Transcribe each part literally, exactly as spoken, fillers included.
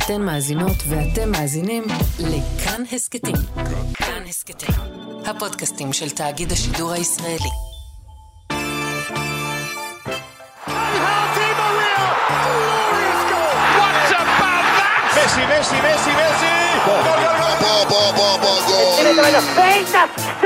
אתן מאזינות ואתם מאזינים לכאן הסקטים. כאן הסקטים, הפודקאסטים של תאגיד השידור הישראלי. Messi, Messi, Messi, Messi! Gol, gol, gol! Ball, ball, ball, ball, goal! Tiene que ver feita!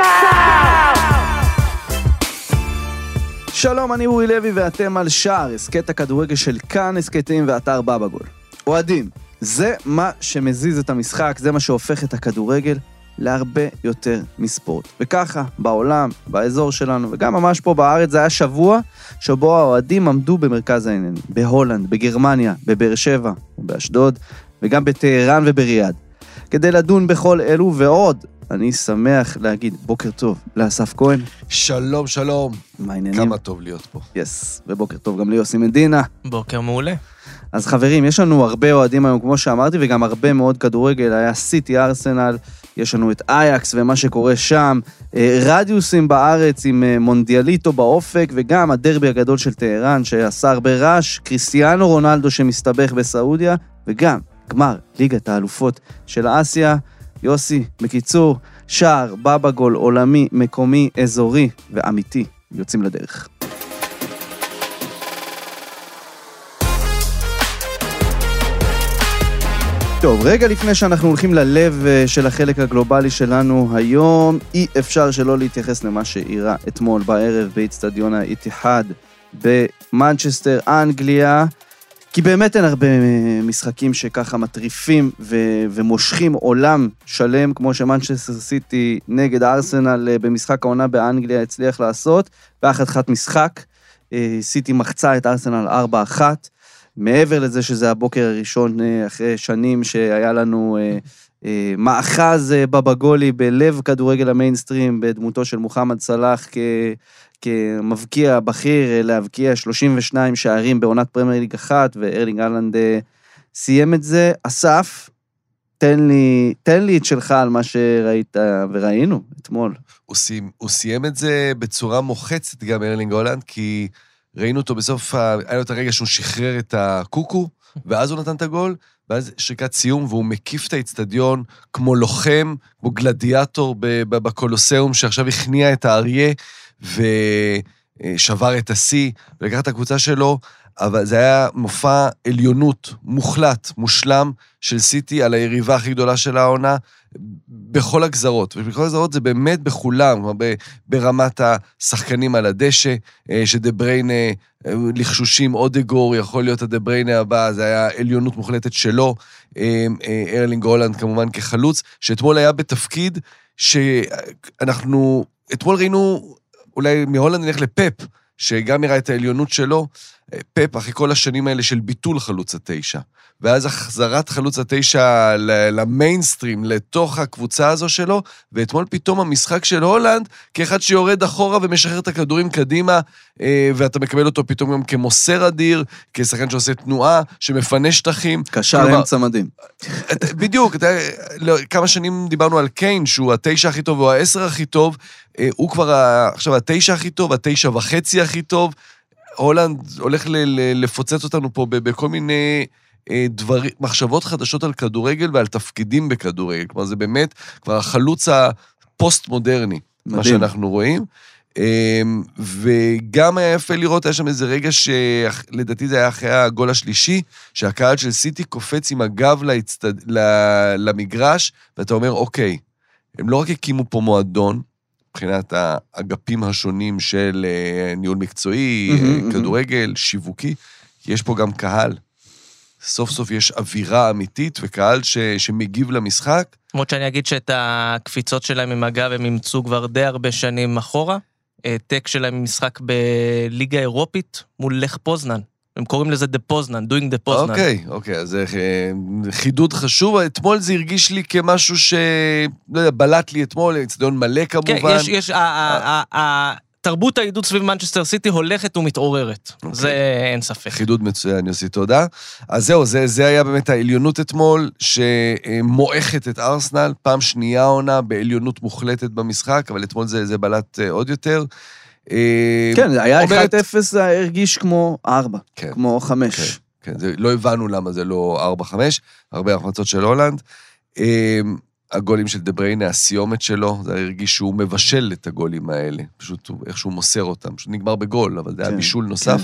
שלום, אני אורי לוי ואתם על שער, הסקט הכדורגל של כאן הסקטים ואתר בבא גול. אוהדים, זה מה שמזיז את המשחק, זה מה שהופך את הכדורגל להרבה יותר מספורט. וככה, בעולם, באזור שלנו, וגם ממש פה בארץ, זה היה שבוע שבו האוהדים עמדו במרכז העניינים, בהולנד, בגרמניה, בבאר שבע, באשדוד, וגם בטהרן ובריאד. כדי לדון בכל אלו ועוד, אני שמח להגיד בוקר טוב לאסף כהן. שלום, שלום. מה העניינים? כמה טוב להיות פה. יס, ובוקר טוב גם ליוסי מדינה. בוקר מעולה. אז חברים, יש לנו הרבה אוהדים היום, כמו שאמרתי, וגם הרבה מאוד כדורגל. היה סיטי, ארסנל, יש לנו את אייקס ומה שקורה שם, רדיוסים בארץ עם מונדיאליטו באופק, וגם הדרבי הגדול של טהרן, שעשה הרבה רעש, קריסטיאנו רונלדו שמסתבך בסעודיה, וגם גמר ליגת האלופות של אסיה. יוסי, בקיצור, שער, בבא גול, עולמי, מקומי, אזורי ואמיתי, יוצאים לדרך. טוב, רגע לפני שאנחנו הולכים ללב של החלק הגלובלי שלנו היום, אי אפשר שלא להתייחס למה שאירע אתמול בערב באצטדיון האיתיחאד במנצ'סטר, אנגליה, כי באמת אין הרבה משחקים שככה מטריפים ו- ומושכים עולם שלם, כמו שמנצ'סטר סיטי נגד ארסנל במשחק העונה באנגליה הצליח לעשות, באחת אחת משחק, סיטי מחצה את ארסנל ארבע אחת, מעבר לזה שזה הבוקר הראשון אחרי שנים שהיה לנו מאחז בבא גולי בלב כדורגל המיינסטרים, בדמותו של מוחמד סלאח כ... כמבקיע בכיר להבקיע שלושים ושניים שערים בעונת פרמייר ליג אחת, וארלינג הלנד סיים את זה. אסף, תן לי, תן לי את שלך על מה שראית וראינו אתמול. הוא סיים, הוא סיים את זה בצורה מוחצת גם ארלינג הלנד, כי ראינו אותו בסוף, היה לו את הרגע שהוא שחרר את הקוקו, ואז הוא נתן את הגול, ואז שריקת סיום, והוא מקיף את האצטדיון כמו לוחם, כמו גלדיאטור בקולוסיאום, שעכשיו הכניע את האריה, ושבר את השיא, ולקח את הקבוצה שלו, אבל זה היה מופע עליונות מוחלט, מושלם של סיטי על היריבה הכי גדולה של העונה, בכל הגזרות, ובכל הגזרות זה באמת בכולם, ברמת השחקנים על הדשא, שדבריינה לחשושים אודגור, יכול להיות הדבריינה הבא, זה היה עליונות מוחלטת שלו, ארלינג הולנד כמובן כחלוץ, שאתמול היה בתפקיד שאנחנו, אתמול ראינו, אולי מהולנד נלך לפפ, שגם יראה את העליונות שלו, פפ, אחרי כל השנים האלה של ביטול חלוץ התשע, ואז החזרת חלוץ התשע למיינסטרים, לתוך הקבוצה הזו שלו, ואתמול פתאום המשחק של הולנד, כאחד שיורד אחורה ומשחרר את הכדורים קדימה, ואתה מקבל אותו פתאום גם כמוסר אדיר, כשחקן שעושה תנועה, שמפנה שטחים. קשר אמצע מדהים. בדיוק, כמה שנים דיברנו על קיין, שהוא התשע הכי טוב, או העשר הכי טוב, הוא כבר עכשיו התשע הכי טוב, התשע וחצי הכי טוב, הולנד הולך לפוצץ אותנו פה בכל מיני דברים, מחשבות חדשות על כדורגל ועל תפקידים בכדורגל, כלומר זה באמת כבר החלוץ הפוסט-מודרני, מה שאנחנו רואים, וגם היה יפה לראות, היה שם איזה רגע שלדעתי זה היה אחרי הגול השלישי, שהקהל של סיטי קופץ עם הגב למגרש, ואתה אומר, אוקיי, הם לא רק הקימו פה מועדון, מבחינת האגפים השונים של ניהול מקצועי, כדורגל, שיווקי, יש פה גם קהל. סוף סוף יש אווירה אמיתית וקהל ש, שמגיב למשחק. למרות שאני אגיד שאת הקפיצות שלהם עם הגב הם ימצאו כבר די הרבה שנים אחורה. טק שלהם משחק בליגה אירופית מול לך פוזנן. הם קוראים לזה דה פוזנן, doing דה פוזנן. אוקיי, אוקיי, אז זה חידוד חשוב. אתמול זה הרגיש לי כמשהו ש... לא יודע, בלט לי אתמול, אצטדיון מלא כמובן. כן, יש, יש, תרבות העידוד סביב מנצ'סטר סיטי הולכת ומתעוררת. זה אין ספק. חידוד מצוין, יוסי, תודה. אז זהו, זה, זה היה באמת העליונות אתמול, שמואכת את ארסנל, פעם שנייה עונה בעליונות מוחלטת במשחק, אבל אתמול זה, זה בלט עוד יותר. כן, היה אחת אפס, זה הרגיש כמו ארבע, כמו חמש. כן, זה, לא הבנו למה זה לא ארבע חמש, הרבה החמצות של הולנד. הגולים של דבריינה, הסיומת שלו, זה הרגיש שהוא מבשל את הגולים האלה, פשוט איך שהוא מוסר אותם, פשוט נגמר בגול, אבל זה היה בישול נוסף.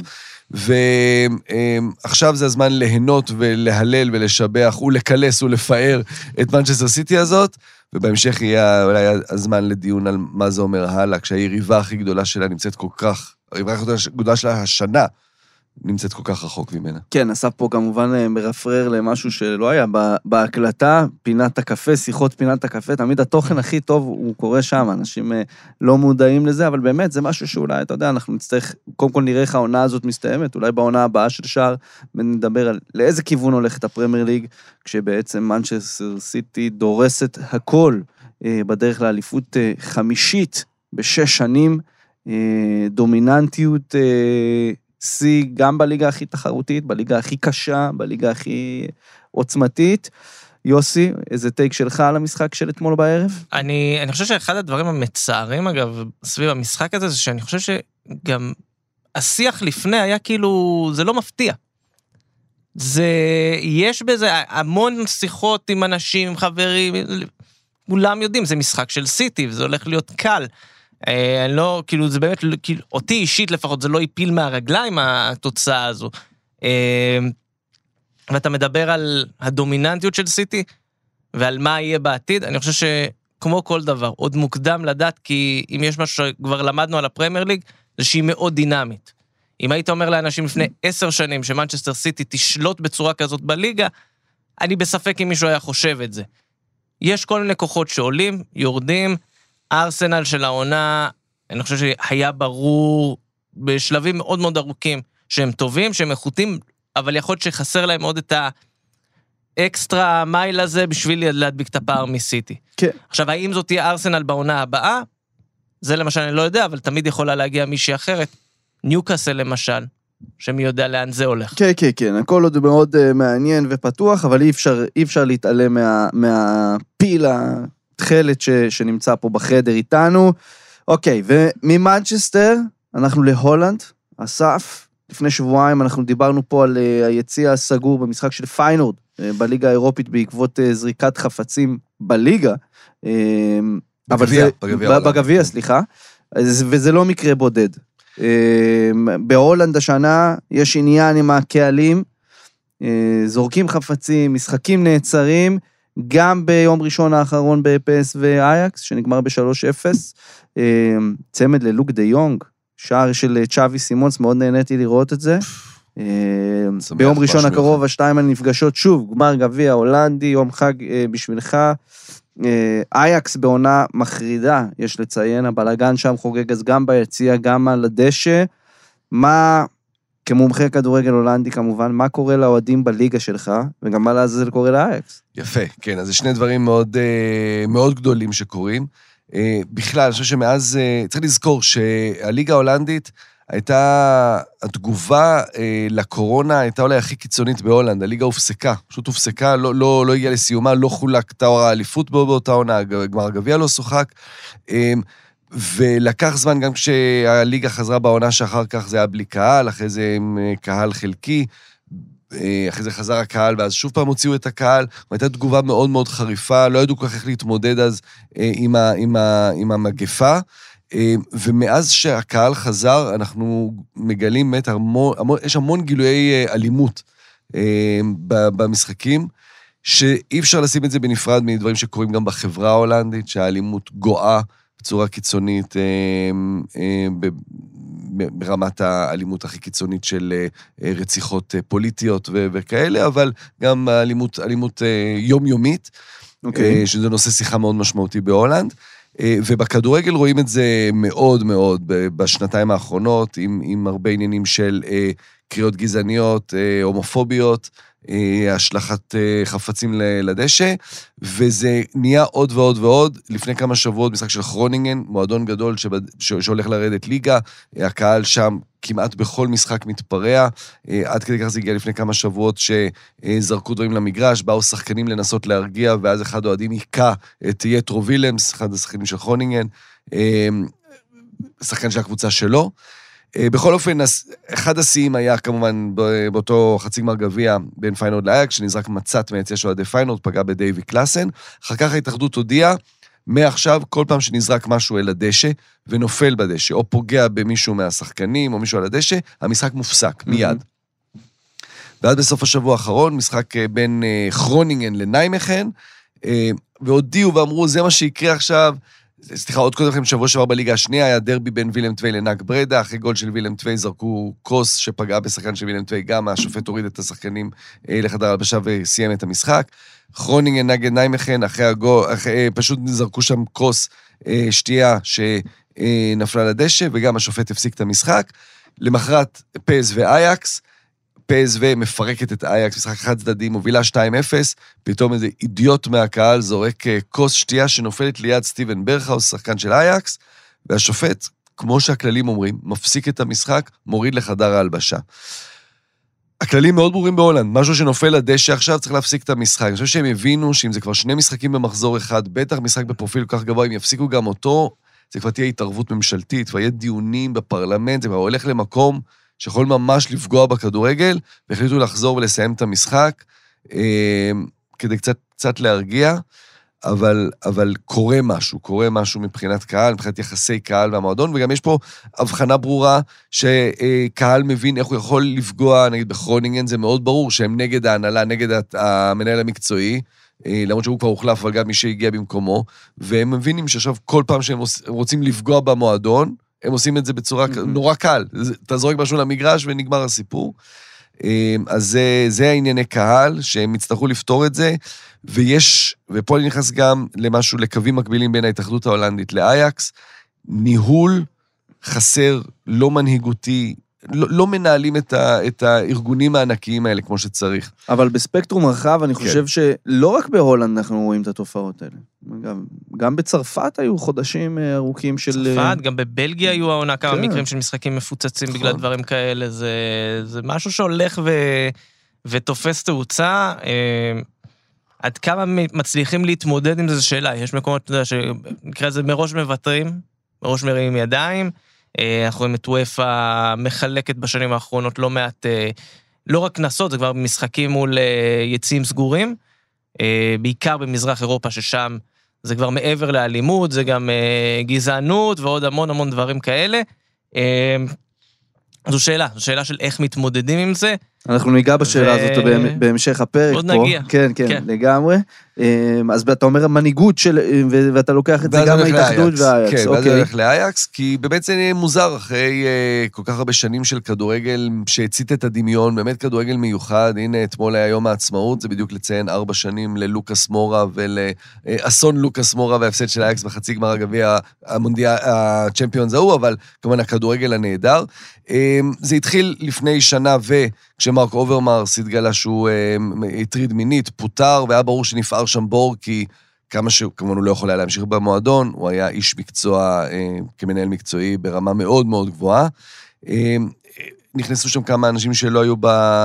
ועכשיו זה הזמן ליהנות ולהלל ולשבח ולקלס ולפאר את מנצ'סטר סיטי הזאת, ובהמשך יהיה אולי הזמן לדיון על מה זה אומר הלאה, כשהיריבה הכי גדולה שלה נמצאת כל כך, היריבה הכי גדולה שלה השנה, נמצאת כל כך רחוק ממנה. כן, אסף פה כמובן מרפרר למשהו שלא היה בהקלטה, פינת הקפה, שיחות פינת הקפה, תמיד התוכן הכי טוב הוא קורה שם, אנשים לא מודעים לזה, אבל באמת זה משהו שאולי, אתה יודע, אנחנו נצטרך, קודם כל נראה איך העונה הזאת מסתיימת, אולי בעונה הבאה של שער, ונדבר על לאיזה כיוון הולכת הפרמייר ליג, כשבעצם מנצ'סטר סיטי דורסת הכל, בדרך לאליפות חמישית בשש שנים, דומיננטיות סי, גם בליגה הכי תחרותית, בליגה הכי קשה, בליגה הכי עוצמתית. יוסי, איזה טייק שלך על המשחק של אתמול בערב? אני, אני חושב שאחד הדברים המצערים, אגב, סביב המשחק הזה, זה שאני חושב שגם השיח לפני היה כאילו, זה לא מפתיע. זה, יש בזה המון שיחות עם אנשים, עם חברים, כולם יודעים, זה משחק של סיטי, וזה הולך להיות קל. אני לא, כאילו, זה באמת, כאילו, אותי אישית לפחות, זה לא יפיל מהרגליים, התוצאה הזו. ואתה מדבר על הדומיננטיות של סיטי, ועל מה יהיה בעתיד, אני חושב שכמו כל דבר, עוד מוקדם לדעת, כי אם יש משהו שכבר למדנו על הפרמייר ליג, זה שהיא מאוד דינמית. אם היית אומר לאנשים לפני עשר שנים, שמנצ'סטר סיטי תשלוט בצורה כזאת בליגה, אני בספק אם מישהו היה חושב את זה. יש כל מיני כוחות שעולים, יורדים, ארסנל של העונה, אני חושב שהיה ברור בשלבים מאוד מאוד ארוכים, שהם טובים, שהם איכותים, אבל יכול להיות שחסר להם עוד את האקסטרה מייל הזה, בשביל להדביק את הפער מסיטי. כן. עכשיו, האם זאת תהיה ארסנל בעונה הבאה? זה למשל אני לא יודע, אבל תמיד יכולה להגיע מישהי אחרת. ניוקאסל למשל, שמי יודע לאן זה הולך. כן, כן, כן, הכל עוד מאוד uh, מעניין ופתוח, אבל אי אפשר, אי אפשר להתעלם מה, מהפיל התחלת ש, שנמצא פה בחדר איתנו. אוקיי, וממנצ'סטר אנחנו להולנד, אסף, לפני שבועיים אנחנו דיברנו פה על uh, היציע הסגור במשחק של פיינורד, uh, בליגה האירופית בעקבות uh, זריקת חפצים בליגה. Uh, בגביע, בגביע, בגביע, סליחה, וזה לא מקרה בודד. בהולנד השנה יש עניין עם הקהלים, זורקים חפצים, משחקים נעצרים, גם ביום ראשון האחרון בפס ואייקס, שנגמר ב-שלוש אפס, צמד ללוק דה יונג, שער של צ'אבי סימונס, מאוד נהניתי לראות את זה. ביום ראשון הקרוב השתיים הנפגשות שוב, גמר גביע הולנדי, יום חג בשבילך, אייקס בעונה מחרידה, יש לציין, הבלגן שם חוגג אז גם ביציע, גם על הדשא. מה, כמומחה כדורגל הולנדי כמובן, מה קורה לאוהדים בליגה שלך, וגם מה לעזאזל קורה לאייקס? יפה, כן, אז זה שני דברים מאוד, מאוד גדולים שקורים. בכלל, אני חושב שמאז, צריך לזכור שהליגה ההולנדית, הייתה, התגובה אה, לקורונה הייתה אולי הכי קיצונית בהולנד, הליגה הופסקה, פשוט הופסקה, לא, לא, לא הגיעה לסיומה, לא חולק תואר האליפות בו באותה עונה, גמר הגביע לא שוחק, אה, ולקח זמן גם כשהליגה חזרה בעונה שאחר כך זה היה בלי קהל, אחרי זה עם קהל חלקי, אה, אחרי זה חזר הקהל, ואז שוב פעם הוציאו את הקהל, והייתה תגובה מאוד מאוד חריפה, לא ידעו כל כך איך להתמודד אז אה, עם, ה, עם, ה, עם המגפה, ומאז שהקהל חזר, אנחנו מגלים, באמת, המון, המון, יש המון גילויי אלימות במשחקים, שאי אפשר לשים את זה בנפרד מדברים שקורים גם בחברה ההולנדית, שהאלימות גואה בצורה קיצונית, ברמת האלימות הכי קיצונית של רציחות פוליטיות וכאלה, אבל גם אלימות, אלימות יומיומית, okay. שזה נושא שיחה מאוד משמעותי בהולנד, ובכדורגל רואים את זה מאוד מאוד בשנתיים האחרונות, עם, עם הרבה עניינים של אה, קריאות גזעניות, אה, הומופוביות, אה, השלכת אה, חפצים לדשא, וזה נהיה עוד ועוד ועוד. לפני כמה שבועות, משחק של כרונינגן, מועדון גדול שבד... ש... שהולך לרדת ליגה, הקהל שם כמעט בכל משחק מתפרע, עד כדי כך זה הגיע לפני כמה שבועות שזרקו דברים למגרש, באו שחקנים לנסות להרגיע, ואז אחד האוהדים עיקה את יטרו וילמס, אחד השחקנים של כרונינגן, שחקן של הקבוצה שלו, בכל אופן, אחד השיאים היה כמובן באותו חצי גמר גביע בין פיינורד לאייקס, שנזרק מצאת מהיציע של אוהדי פיינורד, פגע בדייבי קלאסן. אחר כך ההתאחדות הודיעה, מעכשיו כל פעם שנזרק משהו אל הדשא, ונופל בדשא, או פוגע במישהו מהשחקנים, או מישהו על הדשא, המשחק מופסק, מיד. ועד בסוף השבוע האחרון, משחק בין כרונינגן לניימכן, והודיעו ואמרו, זה מה שיקרה עכשיו, סליחה, עוד קודם לכם, שבוע שעבר בליגה השנייה, היה דרבי בין וילם טווי לנק ברדה, אחרי גול של וילם טווי זרקו קרוס שפגע בשחקן של וילם טווי, גם השופט הוריד את השחקנים לחדר הלבשה וסיים את המשחק. כרונינגן נגד ניימכן, אחרי הגול, אחרי, פשוט זרקו שם קרוס שתייה שנפלה לדשא, וגם השופט הפסיק את המשחק. למחרת פז ואייקס, פז ומפרקת את אייקס, משחק חד צדדי, מובילה שתיים אפס, פתאום איזה אידיוט מהקהל זורק כוס שתייה שנופלת ליד סטיבן ברכהאוס, שחקן של אייקס, והשופט, כמו שהכללים אומרים, מפסיק את המשחק, מוריד לחדר ההלבשה. הכללים מאוד ברורים בהולנד, משהו שנופל לדשא עכשיו, צריך להפסיק את המשחק. אני חושב שהם הבינו שאם זה כבר שני משחקים במחזור אחד, בטח משחק בפרופיל כל כך גבוה, אם יפסיקו גם אותו, זה כבר תהיה התערבות ממשלתית, כבר יהיה דיונים בפרלמנט, זה כבר הולך למקום שיכול ממש לפגוע בכדורגל, והחליטו לחזור ולסיים את המשחק, אה, כדי קצת, קצת להרגיע, אבל, אבל קורה משהו, קורה משהו מבחינת קהל, מבחינת יחסי קהל והמועדון, וגם יש פה הבחנה ברורה, שקהל מבין איך הוא יכול לפגוע, נגיד בכרונינגן, זה מאוד ברור, שהם נגד ההנהלה, נגד המנהל המקצועי, למרות שהוא כבר הוחלף, אבל גם מי שהגיע במקומו, והם מבינים שעכשיו כל פעם שהם רוצים לפגוע במועדון, הם עושים את זה בצורה נורא קל. אתה זורק משהו למגרש ונגמר הסיפור. אז זה, זה הענייני קהל, שהם יצטרכו לפתור את זה, ויש, ופה אני נכנס גם למשהו, לקווים מקבילים בין ההתאחדות ההולנדית לאייקס, ניהול חסר, לא מנהיגותי, לא, לא מנהלים את, ה, את הארגונים הענקיים האלה כמו שצריך. אבל בספקטרום רחב, אני חושב כן. שלא רק בהולנד אנחנו רואים את התופעות האלה. גם, גם בצרפת היו חודשים ארוכים של... צרפת, גם בבלגיה היו העונה כמה כן. מקרים של משחקים מפוצצים נכון. בגלל דברים כאלה. זה, זה משהו שהולך ו, ותופס תאוצה. עד כמה מצליחים להתמודד עם זה, זו שאלה. יש מקומות, אתה יודע, שנקרא זה מראש מבטרים, מראש מרימים ידיים, אנחנו רואים את וופא מחלקת בשנים האחרונות לא מעט, לא רק כנסות, זה כבר משחקים מול יציאים סגורים, בעיקר במזרח אירופה ששם זה כבר מעבר לאלימות, זה גם גזענות ועוד המון המון דברים כאלה. זו שאלה, זו שאלה של איך מתמודדים עם זה. אנחנו ניגע בשאלה הזאת בהמשך הפרק פה. עוד נגיע. כן, כן, לגמרי. אז אתה אומר המנהיגות של, ואתה לוקח את זה גם מההתאחדות והאייקס. כן, ואז הולך לאייקס, כי באמת זה מוזר אחרי כל כך הרבה שנים של כדורגל שהצית את הדמיון, באמת כדורגל מיוחד, הנה אתמול היה יום העצמאות, זה בדיוק לציין ארבע שנים ללוקאס מורה ולאסון לוקאס מורה וההפסד של האייקס בחצי גמר הגביע המונדיאל, הצ'מפיונס ההוא, אבל כמובן הכדורגל הנהדר. זה התחיל לפני שנה וכשמרק אוברמרס התגלה שהוא הטריד מינית, פוטר, והיה ברור שנפער שם בור, כי כמה שכמובן הוא לא יכול היה להמשיך במועדון, הוא היה איש מקצוע, כמנהל מקצועי ברמה מאוד מאוד גבוהה. נכנסו שם כמה אנשים שלא היו, ב...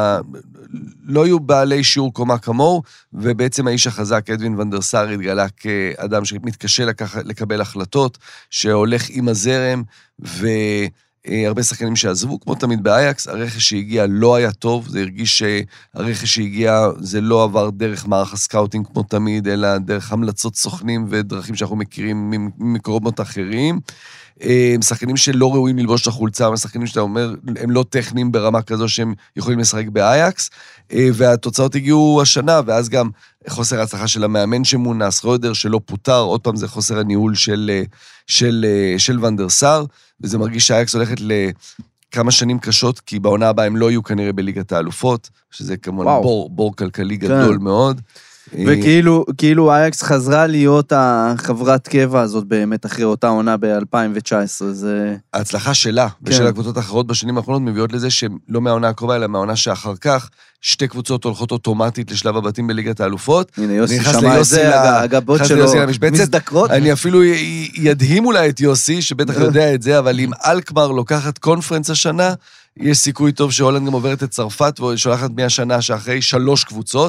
לא היו בעלי שיעור קומה כמוהו, ובעצם האיש החזק, אדווין ונדרסאר, התגלה כאדם שמתקשה לקח... לקבל החלטות, שהולך עם הזרם, ו... הרבה שחקנים שעזבו, כמו תמיד באייקס, הרכש שהגיע לא היה טוב, זה הרגיש שהרכש שהגיע, זה לא עבר דרך מערך הסקאוטינג כמו תמיד, אלא דרך המלצות סוכנים ודרכים שאנחנו מכירים ממקורות אחרים. שחקנים שלא ראויים ללבוש את החולצה, אבל שחקנים שאתה אומר, הם לא טכניים ברמה כזו שהם יכולים לשחק באייקס, והתוצאות הגיעו השנה, ואז גם חוסר ההצלחה של המאמן שמונה, סרוידר שלא פוטר, עוד פעם זה חוסר הניהול של, של, של ונדרסאר, וזה מרגיש שהאייקס הולכת לכמה שנים קשות, כי בעונה הבאה הם לא יהיו כנראה בליגת האלופות, שזה כמובן בור, בור כלכלי גדול כן. מאוד. וכאילו, כאילו אייקס חזרה להיות החברת קבע הזאת באמת אחרי אותה עונה ב-אלפיים תשע עשרה, זה... ההצלחה שלה, כן. ושל הקבוצות האחרות בשנים האחרונות מביאות לזה שלא מהעונה הקרובה, אלא מהעונה שאחר כך, שתי קבוצות הולכות אוטומטית לשלב הבתים בליגת האלופות. הנה, יוסי שמע את זה, הגבות שלו מזדקרות. אני אפילו ידהים אולי את יוסי, שבטח יודע את זה, אבל אם אלקמר לוקחת קונפרנס השנה, יש סיכוי טוב שהולנד גם עוברת את צרפת, ושולחת מהשנה שאחרי שלוש קבוצות,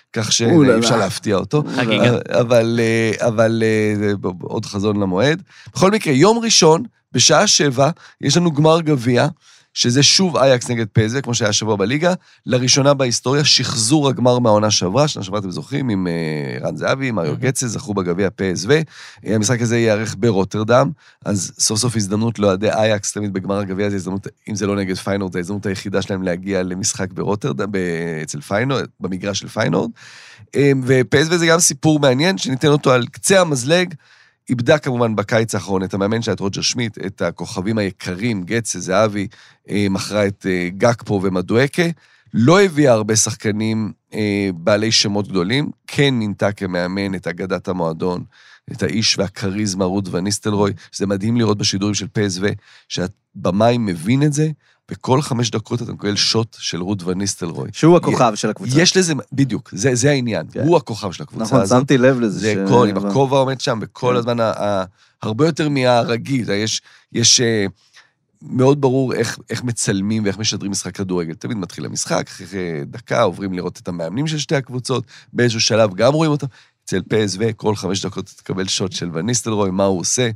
כך שאי אפשר להפתיע אותו. אבל, אבל עוד חזון למועד. בכל מקרה, יום ראשון, בשעה שבע, יש לנו גמר גביע, שזה שוב אייקס נגד פי אס וי, כמו שהיה שבוע בליגה, לראשונה בהיסטוריה, שחזור הגמר מהעונה שעברה, שנה שעברה אתם זוכרים, עם רן זהבי, מריו גצה, זכו בגביע פי אס וי, המשחק הזה יערך ברוטרדם, אז סוף סוף הזדמנות לאוהדי אייקס, תמיד בגמר הגביע, זה הזדמנות, אם זה לא נגד פיינורד, זה ההזדמנות היחידה שלהם להגיע למשחק ברוטרדם, אצל פיינורד, במגרש של פיינורד, ו-פי אס וי זה גם סיפור מעניין, שניתן אותו על קצה המזלג, איבדה כמובן בקיץ האחרון את המאמן שלה, את רוג'ר שמיט, את הכוכבים היקרים, גצה, זהבי, מכרה את גקפו ומדואקה, לא הביאה הרבה שחקנים בעלי שמות גדולים, כן נינתה כמאמן את אגדת המועדון, את האיש והקריזמה רות וניסטלרוי, שזה מדהים לראות בשידורים של פי אס וי, שהבמאי מבין את זה, בכל חמש דקות אתה מקבל שוט של רות וניסטלרוי. שהוא הכוכב של הקבוצה. יש לזה, בדיוק, זה, זה העניין. כן. הוא הכוכב של הקבוצה נכון, הזאת. שמתי לב לזה. זה ש... כל, עם הכובע עומד שם, וכל כן. הזמן, ה, ה, הרבה יותר מהרגיל. יש, יש uh, מאוד ברור איך, איך מצלמים ואיך משדרים משחק כדורגל. תמיד מתחיל המשחק, אחרי דקה עוברים לראות את המאמנים של שתי הקבוצות, באיזשהו שלב גם רואים אותם. אצל פי אס וי, כל חמש דקות תקבל שוט של וניסטלרוי, מה הוא עושה.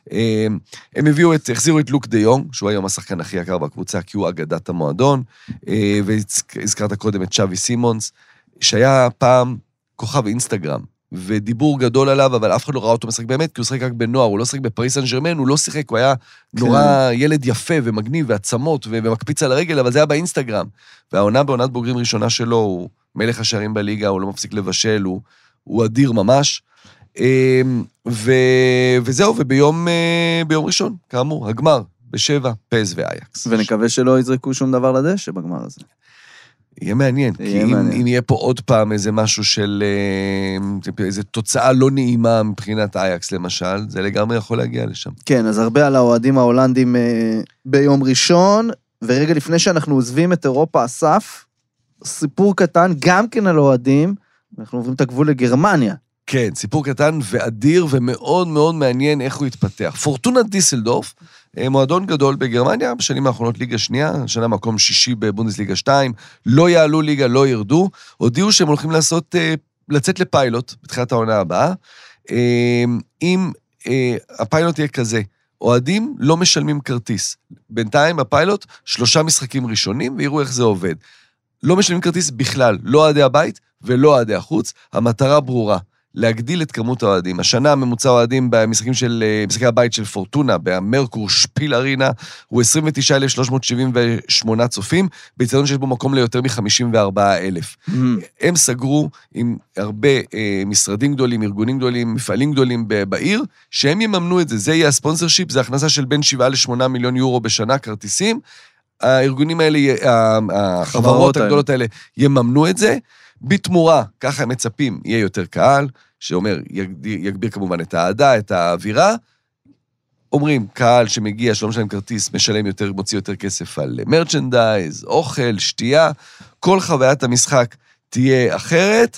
הם הביאו את, החזירו את לוק דה יונג, שהוא היום השחקן הכי יקר בקבוצה, כי הוא אגדת המועדון, והזכרת קודם את שווי סימונס, שהיה פעם כוכב אינסטגרם, ודיבור גדול עליו, אבל אף אחד לא ראה אותו משחק באמת, כי הוא שחק רק בנוער, הוא לא שחק בפריס סן ז'רמן, הוא לא שיחק, הוא היה נורא ילד יפה ומגניב ועצמות ומקפיץ על הרגל, אבל זה היה באינסטגרם. והעונה בעונת בוגרים ראשונה שלו, הוא מלך השערים בליגה, הוא לא מפסיק לבשל, הוא, הוא אדיר ממש. ו... וזהו, וביום ביום ראשון, כאמור, הגמר, בשבע, פי אס וי אייקס. ונקווה שלא יזרקו שום דבר לדשא בגמר הזה. יהיה מעניין, כי אם, אם יהיה פה עוד פעם איזה משהו של, איזו תוצאה לא נעימה מבחינת אייקס למשל, זה לגמרי יכול להגיע לשם. כן, אז הרבה על האוהדים ההולנדים ביום ראשון, ורגע לפני שאנחנו עוזבים את אירופה אסף, סיפור קטן גם כן על אוהדים, אנחנו עוברים את הגבול לגרמניה. כן, סיפור קטן ואדיר ומאוד מאוד מעניין איך הוא התפתח. פורטונה דיסלדורף, מועדון גדול בגרמניה, בשנים האחרונות ליגה שנייה, שנה מקום שישי בבונדסליגה שתיים, לא יעלו ליגה, לא ירדו, הודיעו שהם הולכים לעשות, לצאת לפיילוט בתחילת העונה הבאה, אם הפיילוט יהיה כזה, אוהדים לא משלמים כרטיס. בינתיים הפיילוט, שלושה משחקים ראשונים, ויראו איך זה עובד. לא משלמים כרטיס בכלל, לא אוהדי הבית ולא אוהדי החוץ, המטרה ברורה. להגדיל את כמות האוהדים. השנה הממוצע האוהדים במשחקים של, משחקי הבית של פורטונה, במרקור שפיל ארינה, הוא עשרים ותשעה אלף שלוש מאות שבעים ושמונה צופים, באצטדיון שיש בו מקום ליותר מ-חמישים וארבעה אלף. Mm. הם סגרו עם הרבה אה, משרדים גדולים, ארגונים גדולים, מפעלים גדולים בעיר, שהם יממנו את זה. זה יהיה הספונסרשיפ, זה הכנסה של בין שבעה לשמונה מיליון יורו בשנה, כרטיסים. הארגונים האלה, החברות הגדולות האלה, יממנו את זה. בתמורה, ככה הם מצפים, יהיה יותר קהל, שאומר, יגביר כמובן את העדה, את האווירה. אומרים, קהל שמגיע, שלא משלם כרטיס, משלם יותר, מוציא יותר כסף על מרצ'נדייז, אוכל, שתייה, כל חוויית המשחק תהיה אחרת.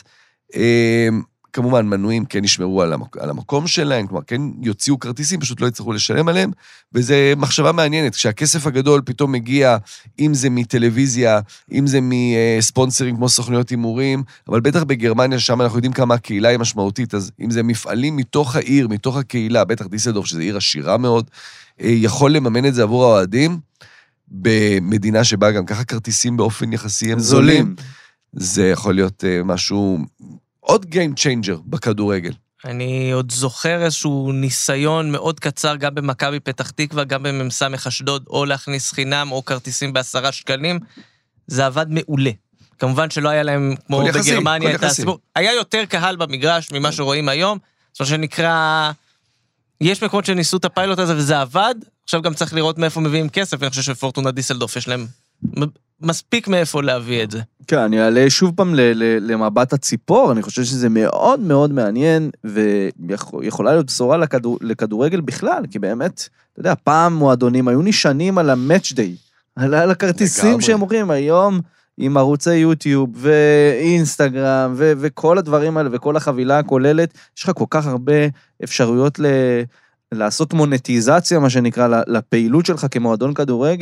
כמובן, מנויים כן ישמרו על המקום, על המקום שלהם, כלומר, כן יוציאו כרטיסים, פשוט לא יצטרכו לשלם עליהם, וזו מחשבה מעניינת, כשהכסף הגדול פתאום מגיע, אם זה מטלוויזיה, אם זה מספונסרים כמו סוכנויות הימורים, אבל בטח בגרמניה, שם אנחנו יודעים כמה הקהילה היא משמעותית, אז אם זה מפעלים מתוך העיר, מתוך הקהילה, בטח דיסלדורף, שזו עיר עשירה מאוד, יכול לממן את זה עבור האוהדים, במדינה שבה גם ככה כרטיסים באופן יחסי הם זולים, זה יכול להיות משהו עוד game changer בכדורגל. אני עוד זוכר איזשהו ניסיון מאוד קצר, גם במכבי פתח תקווה, גם בממסמך אשדוד, או להכניס חינם, או כרטיסים בעשרה שקלים. זה עבד מעולה. כמובן שלא היה להם, כמו בגרמניה, את הסיפור. היה יותר קהל במגרש ממה שרואים היום. זאת אומרת שנקרא, יש מקומות שניסו את הפיילוט הזה, וזה עבד. עכשיו גם צריך לראות מאיפה מביאים כסף, ואני חושב שפורטונה דיסלדורף יש להם מספיק מאיפה להביא את זה. כן, אני אעלה שוב פעם למבט הציפור, אני חושב שזה מאוד מאוד מעניין, ויכולה להיות בשורה לכדורגל בכלל, כי באמת, אתה יודע, פעם מועדונים היו נשענים על המאץ' דיי, על הכרטיסים שהם מוכרים היום, עם ערוצי יוטיוב ואינסטגרם וכל הדברים האלה, וכל החבילה הכוללת, יש לך כל כך הרבה אפשרויות לעשות מונטיזציה, מה שנקרא, לפעילות שלך כמועדון כדורגל,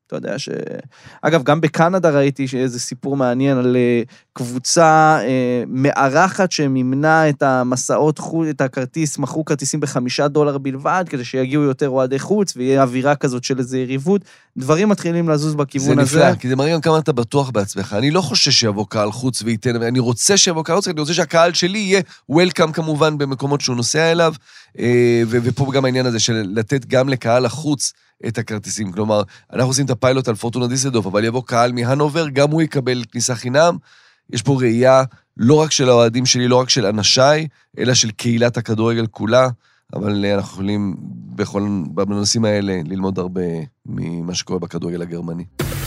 אתה יודע ש... אגב, גם בקנדה ראיתי איזה סיפור מעניין על קבוצה מארחת שמימנה את המסעות חוץ, את הכרטיס, מכרו כרטיסים בחמישה דולר בלבד, כדי שיגיעו יותר אוהדי חוץ, ויהיה אווירה כזאת של איזו יריבות. דברים מתחילים לזוז בכיוון הזה. זה נפלא, כי זה מראה גם כמה אתה בטוח בעצמך. אני לא חושב שיבוא קהל חוץ וייתן, אני רוצה שיבוא קהל חוץ, אני רוצה שהקהל שלי יהיה וולקאם כמובן במקומות שהוא נוסע אליו, ופה גם העניין הזה של לתת גם לקהל החוץ את הכרטיסים. כלומר, אנחנו עושים את הפיילוט על פורטונה דיסלדורף, אבל יבוא קהל מהנובר, גם הוא יקבל כניסה חינם. יש פה ראייה לא רק של האוהדים שלי, לא רק של אנשיי, אלא של קהילת הכדורגל כולה, אבל אנחנו יכולים בכל, בנושאים האלה ללמוד הרבה ממה שקורה בכדורגל הגרמני.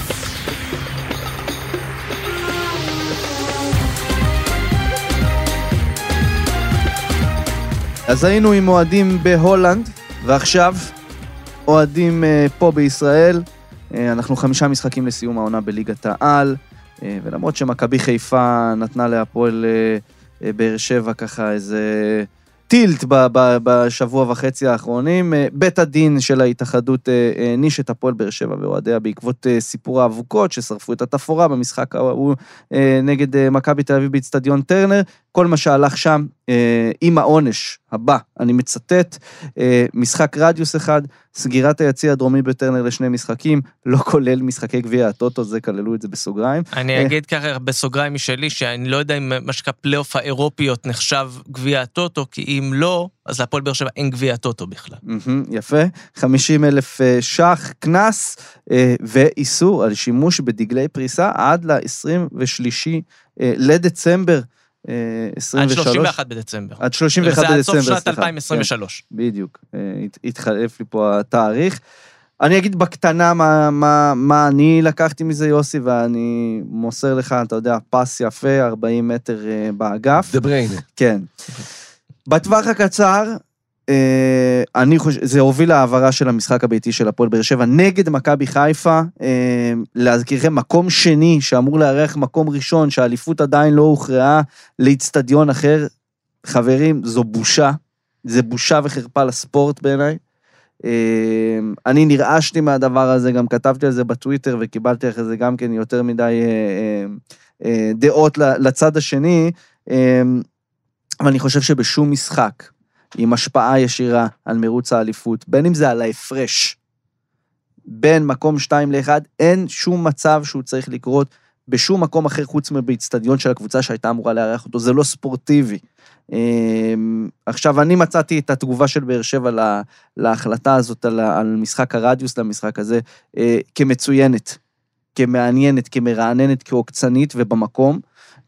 אז היינו עם אוהדים בהולנד, ועכשיו אוהדים פה בישראל. אנחנו חמישה משחקים לסיום העונה בליגת העל, ולמרות שמכבי חיפה נתנה להפועל באר שבע ככה איזה טילט בשבוע וחצי האחרונים, בית הדין של ההתאחדות העניש את הפועל באר שבע ואוהדיה בעקבות סיפור האבוקות ששרפו את התפאורה במשחק ההוא נגד מכבי תל אביב באצטדיון טרנר. כל מה שהלך שם עם העונש הבא, אני מצטט, משחק רדיוס אחד, סגירת היציע הדרומי בטרנר לשני משחקים, לא כולל משחקי גביע הטוטו, זה כללו את זה בסוגריים. אני אגיד ככה בסוגריים משלי, שאני לא יודע אם מה שקרה פלייאוף האירופיות נחשב גביע הטוטו, כי אם לא, אז להפועל באר שבע אין גביע הטוטו בכלל. יפה, חמישים אלף ש"ח כנס, ואיסור על שימוש בדגלי פריסה עד ל-עשרים ושלישי לדצמבר, עד שלושים ואחד בדצמבר. עד שלושים ואחד בדצמבר, זה עד סוף שנת אלפיים עשרים ושלוש. בדיוק, התחלף לי פה התאריך. אני אגיד בקטנה מה, מה, מה אני לקחתי מזה, יוסי, ואני מוסר לך, אתה יודע, פס יפה, ארבעים מטר באגף. דה בריינה. כן. בטווח הקצר, אני חושב, זה הוביל להעברה של המשחק הביתי של הפועל באר שבע נגד מכבי חיפה, להזכירכם מקום שני שאמור לארח מקום ראשון, שהאליפות עדיין לא הוכרעה לאצטדיון אחר. חברים, זו בושה, זה בושה וחרפה לספורט בעיניי. אני נרעשתי מהדבר הזה, גם כתבתי על זה בטוויטר וקיבלתי אחרי זה גם כן יותר מדי דעות לצד השני, אבל אני חושב שבשום משחק עם השפעה ישירה על מרוץ האליפות, בין אם זה על ההפרש, בין מקום שתיים לאחד, אין שום מצב שהוא צריך לקרות בשום מקום אחר חוץ מבאצטדיון של הקבוצה שהייתה אמורה לארח אותו, זה לא ספורטיבי. עכשיו, אני מצאתי את התגובה של באר שבע לה, להחלטה הזאת על, על משחק הרדיוס למשחק הזה, כמצוינת, כמעניינת, כמרעננת, כעוקצנית ובמקום,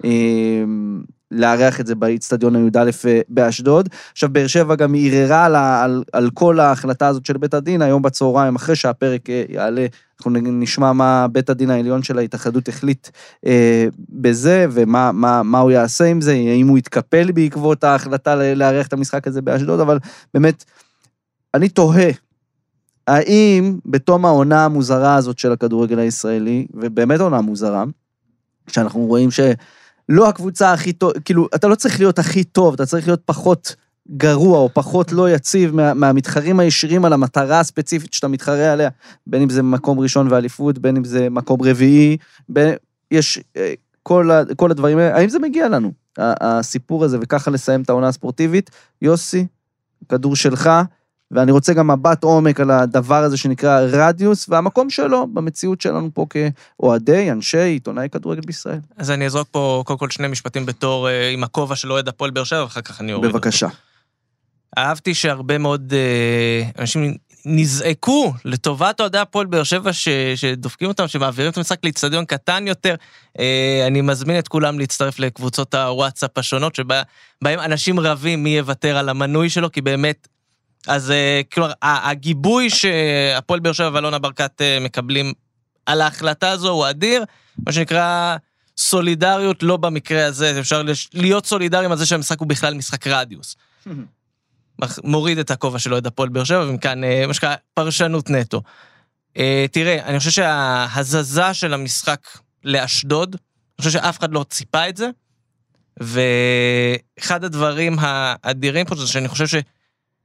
לארח את זה באצטדיון הי"א באשדוד. עכשיו, באר שבע גם ערערה על, על, על כל ההחלטה הזאת של בית הדין, היום בצהריים, אחרי שהפרק יעלה, אנחנו נשמע מה בית הדין העליון של ההתאחדות החליט אה, בזה, ומה מה, מה הוא יעשה עם זה, האם הוא יתקפל בעקבות ההחלטה לארח את המשחק הזה באשדוד, אבל באמת, אני תוהה, האם בתום העונה המוזרה הזאת של הכדורגל הישראלי, ובאמת עונה מוזרה, כשאנחנו רואים ש... לא הקבוצה הכי טוב, כאילו, אתה לא צריך להיות הכי טוב, אתה צריך להיות פחות גרוע, או פחות לא יציב מה, מהמתחרים הישירים על המטרה הספציפית שאתה מתחרה עליה, בין אם זה מקום ראשון ואליפות, בין אם זה מקום רביעי, בין, יש כל, כל הדברים האלה, האם זה מגיע לנו, הסיפור הזה, וככה לסיים את העונה הספורטיבית? יוסי, כדור שלך, ואני רוצה גם מבט עומק על הדבר הזה שנקרא רדיוס, והמקום שלו במציאות שלנו פה כאוהדי, אנשי, עיתונאי כדורגל בישראל. אז אני אזרוק פה קודם כל שני משפטים בתור עם הכובע של אוהד הפועל באר שבע, ואחר כך אני אוריד. בבקשה. אהבתי שהרבה מאוד אנשים נזעקו לטובת אוהדי הפועל באר שבע, שדופקים אותם, שמעבירים את המשחק לאצטדיון קטן יותר. אני מזמין את כולם להצטרף לקבוצות הוואטסאפ השונות, שבהם אנשים רבים מי יוותר על המנוי שלו, כי באמת אז כלומר, הגיבוי שהפועל באר שבע ואלונה ברקת מקבלים על ההחלטה הזו הוא אדיר, מה שנקרא סולידריות, לא במקרה הזה, אפשר להיות סולידריים על זה שהמשחק הוא בכלל משחק רדיוס. מוריד את הכובע שלו את הפועל באר שבע, ומכאן מה שנקרא פרשנות נטו. תראה, אני חושב שההזזה של המשחק לאשדוד, אני חושב שאף אחד לא ציפה את זה, ואחד הדברים האדירים פה זה שאני חושב ש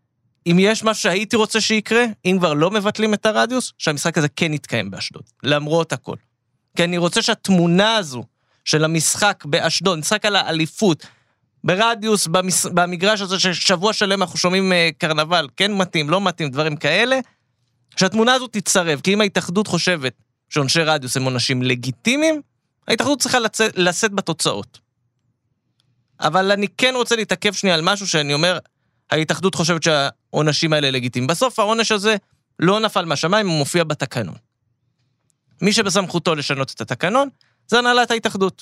אם יש משהו שהייתי רוצה שיקרה, אם כבר לא מבטלים את הרדיוס, שהמשחק הזה כן יתקיים באשדוד, למרות הכל. כי אני רוצה שהתמונה הזו של המשחק באשדוד, משחק על האליפות, ברדיוס, במס... במגרש הזה ששבוע שלם אנחנו שומעים קרנבל, כן מתאים, לא מתאים, דברים כאלה, שהתמונה הזו תצרב, כי אם ההתאחדות חושבת שעונשי רדיוס הם עונשים לגיטימיים, ההתאחדות צריכה לצאת, לשאת בתוצאות. אבל אני כן רוצה להתעכב שנייה על משהו שאני אומר, ההתאחדות חושבת שהעונשים האלה לגיטימיים. בסוף העונש הזה לא נפל מהשמיים, הוא מופיע בתקנון. מי שבסמכותו לשנות את התקנון, זה הנהלת ההתאחדות.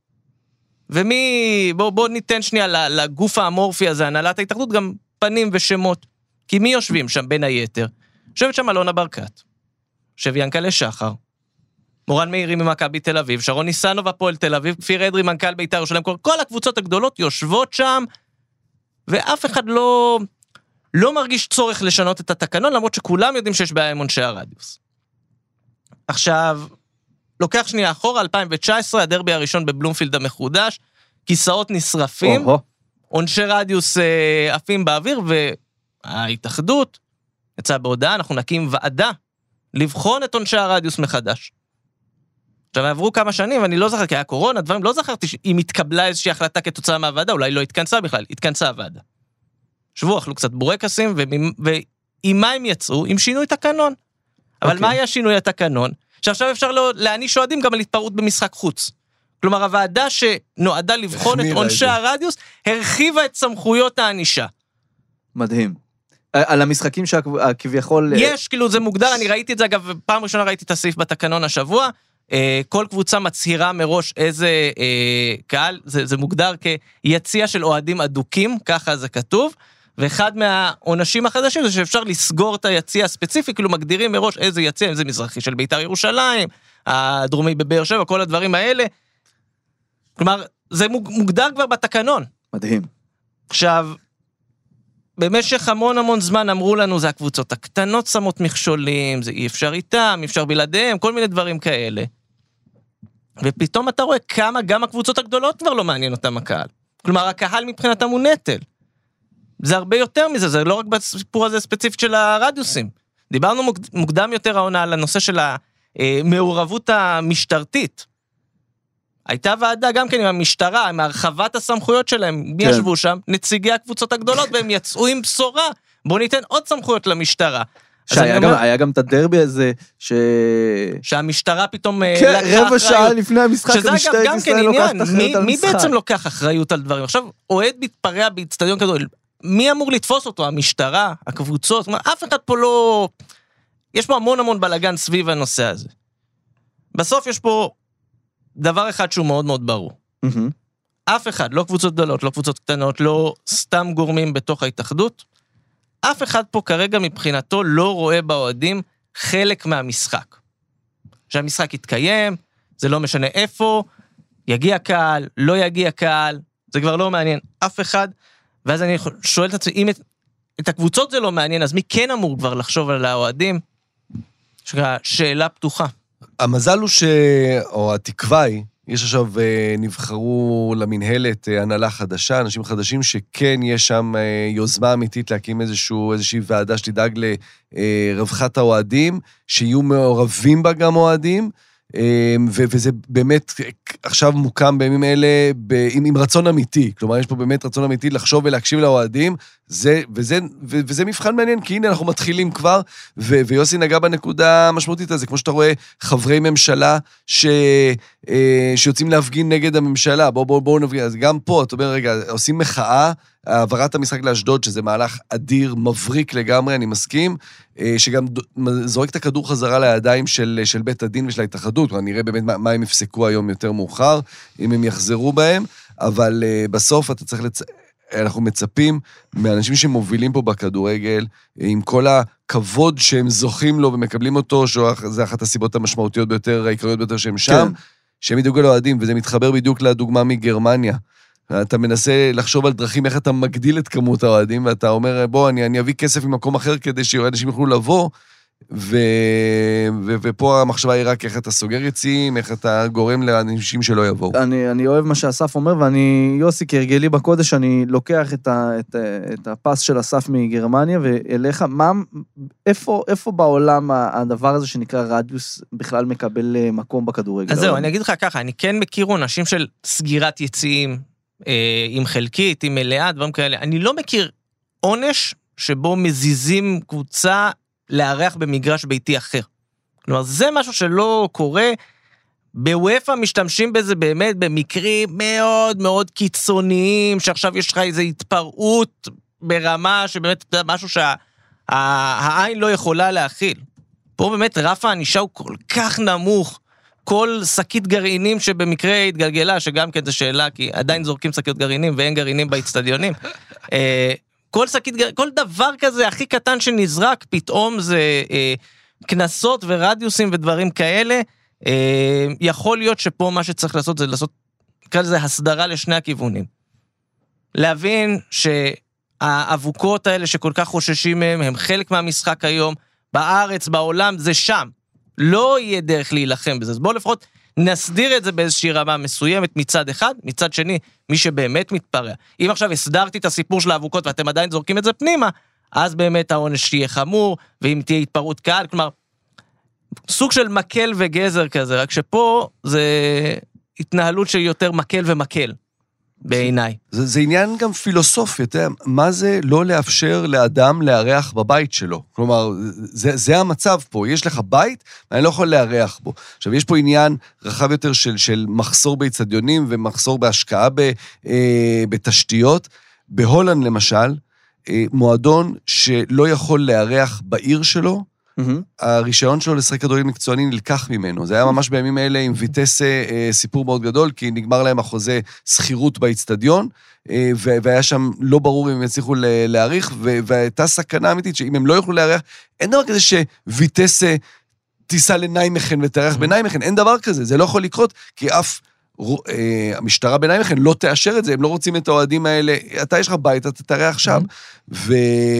ומי, בוא, בוא ניתן שנייה לגוף האמורפי הזה, הנהלת ההתאחדות, גם פנים ושמות. כי מי יושבים שם בין היתר? יושבת שם אלונה ברקת, יושב ינקלה שחר, מורן מאירי ממכבי תל אביב, שרון ניסנוב הפועל תל אביב, כפיר אדרי מנכ"ל בית"ר ירושלים, כל, כל הקבוצות הגדולות יושבות שם, ואף אחד לא, לא מרגיש צורך לשנות את התקנון, למרות שכולם יודעים שיש בעיה עם עונשי הרדיוס. עכשיו, לוקח שנייה אחורה, אלפיים תשע עשרה, הדרבי הראשון בבלומפילד המחודש, כיסאות נשרפים, עונשי רדיוס אה, עפים באוויר, וההתאחדות יצאה בהודעה, אנחנו נקים ועדה, לבחון את עונשי הרדיוס מחדש. עכשיו, עברו כמה שנים, ואני לא זכר, כי היה קורונה, דברים, לא זכרתי אם התקבלה איזושהי החלטה כתוצאה מהוועדה, אולי לא התכנסה בכלל, התכנסה הוועדה. שבו, אכלו קצת בורקסים, ועם מה הם יצאו? עם שינוי תקנון. אבל מה היה שינוי התקנון? שעכשיו אפשר להעניש אוהדים גם על התפרעות במשחק חוץ. כלומר, הוועדה שנועדה לבחון את עונשי הרדיוס, הרחיבה את סמכויות הענישה. מדהים. על המשחקים שכביכול... יש, כאילו, זה מוגדר, אני ראיתי את זה, אגב, פעם ראשונה ראיתי את הסעיף בתקנון השבוע, כל קבוצה מצהירה מראש איזה קהל, זה, זה מוגדר כיציע של אוהדים אדוקים, ככה זה כתוב, ואחד מהעונשים החדשים זה שאפשר לסגור את היציע הספציפי, כאילו מגדירים מראש איזה יציע, אם זה מזרחי של בית"ר ירושלים, הדרומי בבאר שבע, כל הדברים האלה. כלומר, זה מוגדר כבר בתקנון. מדהים. עכשיו, במשך המון המון זמן אמרו לנו, זה הקבוצות הקטנות שמות מכשולים, זה אי אפשר איתם, אי אפשר בלעדיהם, כל מיני דברים כאלה. ופתאום אתה רואה כמה גם הקבוצות הגדולות כבר לא מעניין אותם הקהל. כלומר, הקהל מבחינתם הוא נטל. זה הרבה יותר מזה, זה לא רק בסיפור הזה ספציפית של הרדיוסים. דיברנו מוקדם יותר העונה על הנושא של המעורבות המשטרתית. הייתה ועדה גם כן עם המשטרה, עם הרחבת הסמכויות שלהם, מי ישבו שם? נציגי הקבוצות הגדולות, והם יצאו עם בשורה, בואו ניתן עוד סמכויות למשטרה. שהיה גם, היה גם את הדרבי הזה, ש... שהמשטרה פתאום כן, רבע שעה לפני המשחק, המשטרת ישראל לוקחת אחריות על מי המשחק. בעצם לוקח אחריות על דברים? עכשיו, אוהד מתפרע באצטדיון כדור, מי אמור לתפוס אותו? המשטרה, הקבוצות, אף אחד פה לא... יש פה המון המון בלגן סביב הנושא הזה. בסוף יש פה דבר אחד שהוא מאוד מאוד ברור. Mm-hmm. אף אחד, לא קבוצות גדולות, לא קבוצות קטנות, לא סתם גורמים בתוך ההתאחדות, אף אחד פה כרגע מבחינתו לא רואה באוהדים חלק מהמשחק. שהמשחק יתקיים, זה לא משנה איפה, יגיע קהל, לא יגיע קהל, זה כבר לא מעניין אף אחד, ואז אני שואל את עצמי, אם את, את הקבוצות זה לא מעניין, אז מי כן אמור כבר לחשוב על האוהדים? שאלה פתוחה. המזל הוא ש... או התקווה היא, יש עכשיו נבחרו למנהלת הנהלה חדשה, אנשים חדשים שכן יש שם יוזמה אמיתית להקים איזשהו, איזושהי ועדה שתדאג לרווחת האוהדים, שיהיו מעורבים בה גם אוהדים, וזה באמת עכשיו מוקם בימים אלה עם, עם רצון אמיתי, כלומר יש פה באמת רצון אמיתי לחשוב ולהקשיב לאוהדים, זה, וזה, וזה מבחן מעניין, כי הנה אנחנו מתחילים כבר, ו, ויוסי נגע בנקודה המשמעותית הזה, כמו שאתה רואה חברי ממשלה ש, שיוצאים להפגין נגד הממשלה, בואו בואו בואו נפגין, אז גם פה, אתה אומר רגע, עושים מחאה, העברת המשחק לאשדוד, שזה מהלך אדיר, מבריק לגמרי, אני מסכים, שגם זורק את הכדור חזרה לידיים של, של בית הדין ושל ההתאחדות, אני נראה באמת מה, מה הם יפסקו היום יותר מאוחר, אם הם יחזרו בהם, אבל בסוף אתה צריך לצ... אנחנו מצפים מאנשים שמובילים פה בכדורגל, עם כל הכבוד שהם זוכים לו ומקבלים אותו, שזה אחת הסיבות המשמעותיות ביותר, העיקריות ביותר שהם שם, כן. שהם ידעו לאוהדים, וזה מתחבר בדיוק לדוגמה מגרמניה. אתה מנסה לחשוב על דרכים איך אתה מגדיל את כמות האוהדים, ואתה אומר, בוא, אני, אני אביא כסף ממקום אחר כדי שאנשים יוכלו לבוא, ו... ו... ופה המחשבה היא רק איך אתה סוגר יציאים, איך אתה גורם לאנשים שלא יבואו. אני, אני אוהב מה שאסף אומר, ואני, יוסי, כהרגלי בקודש, אני לוקח את, ה, את, את הפס של אסף מגרמניה, ואליך, מה, איפה, איפה בעולם הדבר הזה שנקרא רדיוס בכלל מקבל מקום בכדורגל? אז זהו, אני אגיד לך ככה, אני כן מכיר אנשים של סגירת יציאים, אה, עם חלקית, עם מלאה, דברים כאלה. אני לא מכיר עונש שבו מזיזים קבוצה לארח במגרש ביתי אחר. כלומר, זה משהו שלא קורה. בוופא משתמשים בזה באמת במקרים מאוד מאוד קיצוניים, שעכשיו יש לך איזו התפרעות ברמה שבאמת משהו שהעין לא יכולה להכיל. פה באמת רף הענישה הוא כל כך נמוך, כל שקית גרעינים שבמקרה התגלגלה, שגם כן זו שאלה, כי עדיין זורקים שקיות גרעינים ואין גרעינים באצטדיונים. כל שקית, כל דבר כזה הכי קטן שנזרק, פתאום זה אה, כנסות ורדיוסים ודברים כאלה. אה, יכול להיות שפה מה שצריך לעשות זה לעשות, נקרא לזה הסדרה לשני הכיוונים. להבין שהאבוקות האלה שכל כך חוששים מהם, הם חלק מהמשחק היום, בארץ, בעולם, זה שם. לא יהיה דרך להילחם בזה. אז בואו לפחות נסדיר את זה באיזושהי רמה מסוימת מצד אחד, מצד שני, מי שבאמת מתפרע. אם עכשיו הסדרתי את הסיפור של האבוקות ואתם עדיין זורקים את זה פנימה, אז באמת העונש יהיה חמור, ואם תהיה התפרעות קהל, כלומר, סוג של מקל וגזר כזה, רק שפה זה התנהלות של יותר מקל ומקל, בעיניי. זה, זה עניין גם פילוסופי, אתה יודע, מה זה לא לאפשר לאדם לארח בבית שלו? כלומר, זה, זה המצב פה, יש לך בית, ואני לא יכול לארח בו. עכשיו, יש פה עניין רחב יותר של, של מחסור באצטדיונים, ומחסור בהשקעה ב, אה, בתשתיות. בהולנד, למשל, אה, מועדון שלא יכול לארח בעיר שלו, הרישיון שלו לשחק כדורגל מקצועני נלקח ממנו. זה היה ממש בימים האלה עם ויטסה סיפור מאוד גדול, כי נגמר להם החוזה שכירות באצטדיון, והיה שם לא ברור אם הם יצליחו להאריך, והייתה סכנה אמיתית שאם הם לא יוכלו להאריך, אין דבר כזה שוויטסה תיסע לניימכן ותארח בניימכן, אין דבר כזה, זה לא יכול לקרות, כי אף המשטרה בניימכן לא תאשר את זה, הם לא רוצים את האוהדים האלה, אתה יש לך בית, אתה תארח שם, ו...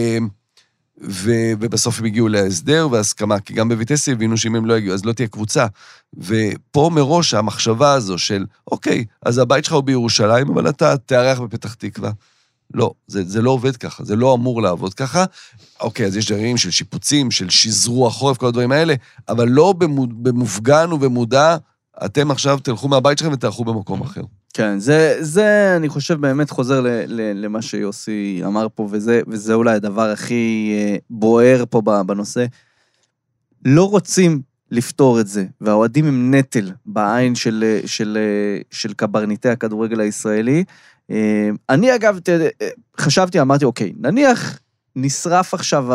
ו- ובסוף הם הגיעו להסדר והסכמה, כי גם בויטסה הבינו שאם הם לא הגיעו, אז לא תהיה קבוצה. ופה מראש המחשבה הזו של, אוקיי, אז הבית שלך הוא בירושלים, אבל אתה תארח בפתח תקווה. לא, זה, זה לא עובד ככה, זה לא אמור לעבוד ככה. אוקיי, אז יש דברים של שיפוצים, של שזרו החורף, כל הדברים האלה, אבל לא במופגן ובמודע, אתם עכשיו תלכו מהבית שלכם ותארחו במקום אחר. כן, זה, זה אני חושב באמת חוזר ל, ל, למה שיוסי אמר פה, וזה, וזה אולי הדבר הכי בוער פה בנושא. לא רוצים לפתור את זה, והאוהדים הם נטל בעין של, של, של קברניטי הכדורגל הישראלי. אני אגב, חשבתי, אמרתי, אוקיי, נניח נשרף עכשיו,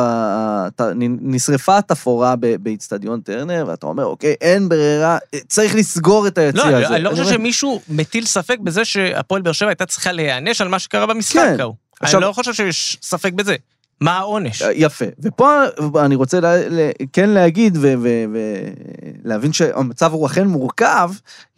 נשרפה התפורה באצטדיון טרנר, ואתה אומר, אוקיי, אין ברירה, צריך לסגור את היציע הזה. לא, אני לא חושב שמישהו מטיל ספק בזה שהפועל באר שבע הייתה צריכה להיענש על מה שקרה במשחק. אני לא חושב שיש ספק בזה. מה העונש? יפה. ופה אני רוצה כן להגיד ולהבין שהמצב הוא אכן מורכב,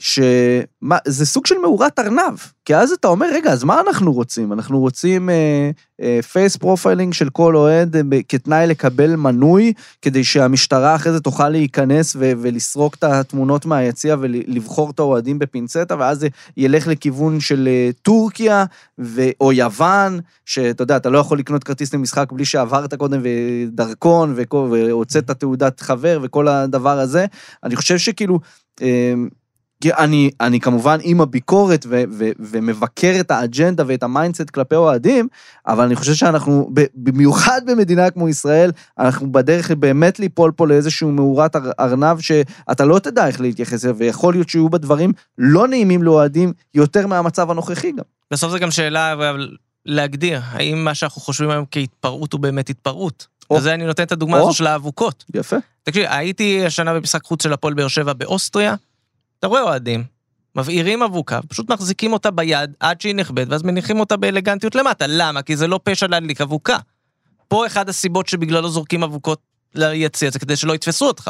שזה סוג של מאורת ארנב. כי אז אתה אומר, רגע, אז מה אנחנו רוצים? אנחנו רוצים פייס פרופיילינג של כל אוהד כתנאי לקבל מנוי, כדי שהמשטרה אחרי זה תוכל להיכנס ולסרוק את התמונות מהיציע ולבחור את האוהדים בפינצטה, ואז זה ילך לכיוון של טורקיה או יוון, שאתה יודע, אתה לא יכול לקנות כרטיס למשחק בלי שעברת קודם ודרכון והוצאת תעודת חבר וכל הדבר הזה. אני חושב שכאילו... אני, אני כמובן עם הביקורת ו, ו, ומבקר את האג'נדה ואת המיינדסט כלפי אוהדים, אבל אני חושב שאנחנו, במיוחד במדינה כמו ישראל, אנחנו בדרך באמת ליפול פה לאיזשהו מאורת ארנב, שאתה לא תדע איך להתייחס, ויכול להיות שיהיו בדברים לא נעימים לאוהדים, יותר מהמצב הנוכחי גם. בסוף זה גם שאלה להגדיר, האם מה שאנחנו חושבים היום כהתפרעות הוא באמת התפרעות? וזה אני נותן את הדוגמה הזו של האבוקות. יפה. תקשיב, הייתי השנה במשחק חוץ של הפועל באר שבע באוסטריה, אתה רואה אוהדים, מבעירים אבוקה, פשוט מחזיקים אותה ביד עד שהיא נכבד, ואז מניחים אותה באלגנטיות למטה. למה? כי זה לא פשע להדליק אבוקה. פה אחד הסיבות שבגללו זורקים אבוקות ליציע, זה כדי שלא יתפסו אותך.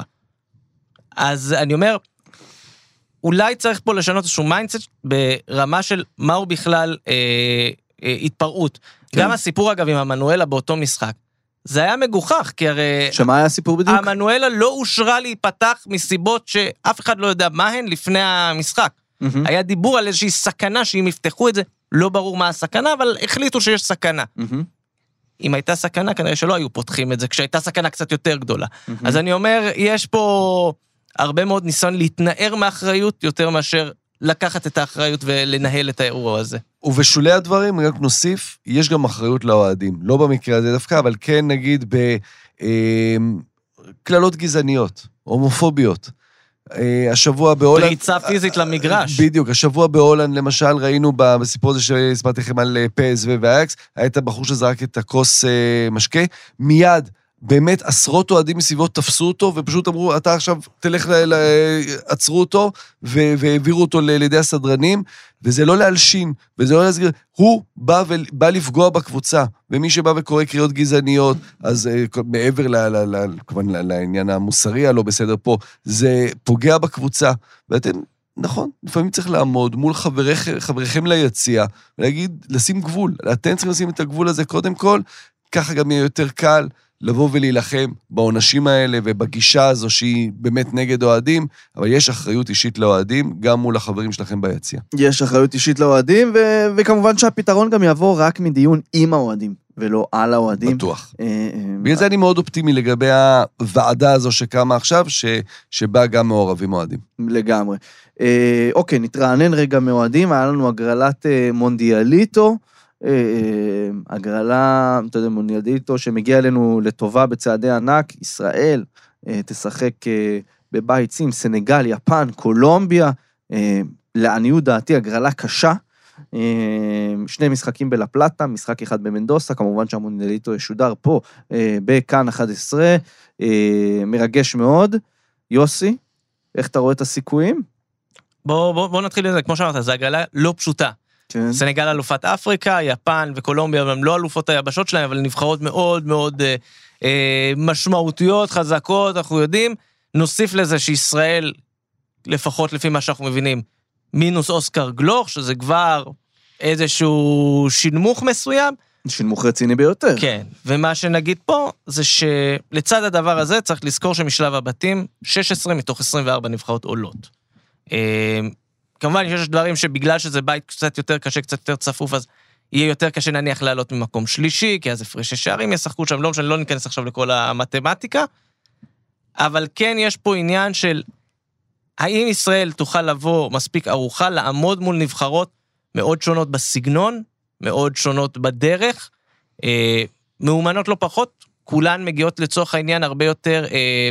אז אני אומר, אולי צריך פה לשנות איזשהו מיינדסט ברמה של מהו בכלל אה, אה, התפרעות. כן. גם הסיפור אגב עם המנואלה באותו משחק, זה היה מגוחך, כי הרי... שמה היה הסיפור בדיוק? המנואלה לא אושרה להיפתח מסיבות שאף אחד לא יודע מה הן לפני המשחק. Mm-hmm. היה דיבור על איזושהי סכנה שאם יפתחו את זה, לא ברור מה הסכנה, אבל החליטו שיש סכנה. Mm-hmm. אם הייתה סכנה, כנראה שלא היו פותחים את זה, כשהייתה סכנה קצת יותר גדולה. Mm-hmm. אז אני אומר, יש פה הרבה מאוד ניסיון להתנער מאחריות, יותר מאשר לקחת את האחריות ולנהל את האירוע הזה. ובשולי הדברים, רק נוסיף, יש גם אחריות לאוהדים. לא במקרה הזה דווקא, אבל כן נגיד בכללות גזעניות, הומופוביות. השבוע בהולנד... פריצה פיזית למגרש. בדיוק, השבוע בהולנד, למשל, ראינו בסיפור הזה שהסברתי לכם על פי אס וי והאקס, היה את הבחור שזרק את הכוס משקה, מיד, באמת עשרות אוהדים מסביבות תפסו אותו, ופשוט אמרו, אתה עכשיו תלך, עצרו אותו, והעבירו אותו לידי הסדרנים, וזה לא להלשין, וזה לא להסגיר, הוא בא, ובא לפגוע בקבוצה, ומי שבא וקורא קריאות גזעניות, אז מעבר לעניין המוסרי, הלא בסדר פה, זה פוגע בקבוצה, ואתם, נכון, לפעמים צריך לעמוד מול חבריכם ליציע, ולהגיד, לשים גבול, אתם צריכים לשים את הגבול הזה קודם כל, ככה גם יהיה יותר קל, לבוא ולהילחם בעונשים האלה ובגישה הזו שהיא באמת נגד אוהדים, אבל יש אחריות אישית לאוהדים, גם מול החברים שלכם ביציע. יש אחריות אישית לאוהדים, ו- וכמובן שהפתרון גם יבוא רק מדיון עם האוהדים, ולא על האוהדים. בטוח. בגלל זה אני מאוד אופטימי לגבי הוועדה הזו שקמה עכשיו, ש- שבה גם מעורבים אוהדים. לגמרי. אוקיי, נתרענן רגע מאוהדים, היה לנו הגרלת מונדיאליטו, הגרלה, אתה יודע, מונדיאליטו, שמגיע אלינו לטובה בצעדי ענק, ישראל תשחק בבית עם סנגל, יפן, קולומביה, לעניות דעתי, הגרלה קשה, שני משחקים בלפלטה, משחק אחד במנדוסה, כמובן שהמונדיאליטו ישודר פה, בכאן אחת עשרה, מרגש מאוד. יוסי, איך אתה רואה את הסיכויים? בוא, בוא, בוא נתחיל לזה, כמו שאמרת, זו הגרלה לא פשוטה. כן. סנגל אלופת אפריקה, יפן וקולומביה, הם לא אלופות היבשות שלהם, אבל נבחרות מאוד מאוד אה, אה, משמעותיות, חזקות, אנחנו יודעים. נוסיף לזה שישראל, לפחות לפי מה שאנחנו מבינים, מינוס אוסקר גלוך, שזה כבר איזשהו שינמוך מסוים. שינמוך רציני ביותר. כן, ומה שנגיד פה, זה שלצד הדבר הזה, צריך לזכור שמשלב הבתים, שש עשרה מתוך עשרים וארבע נבחרות עולות. אה, כמובן יש דברים שבגלל שזה בית קצת יותר קשה, קצת יותר צפוף, אז יהיה יותר קשה נניח לעלות ממקום שלישי, כי אז הפרשי שערים ישחקו שם, לא משנה, לא ניכנס עכשיו לכל המתמטיקה, אבל כן יש פה עניין של, האם ישראל תוכל לבוא מספיק ארוחה, לעמוד מול נבחרות מאוד שונות בסגנון, מאוד שונות בדרך, אה, מאומנות לא פחות, כולן מגיעות לצורך העניין הרבה יותר... אה,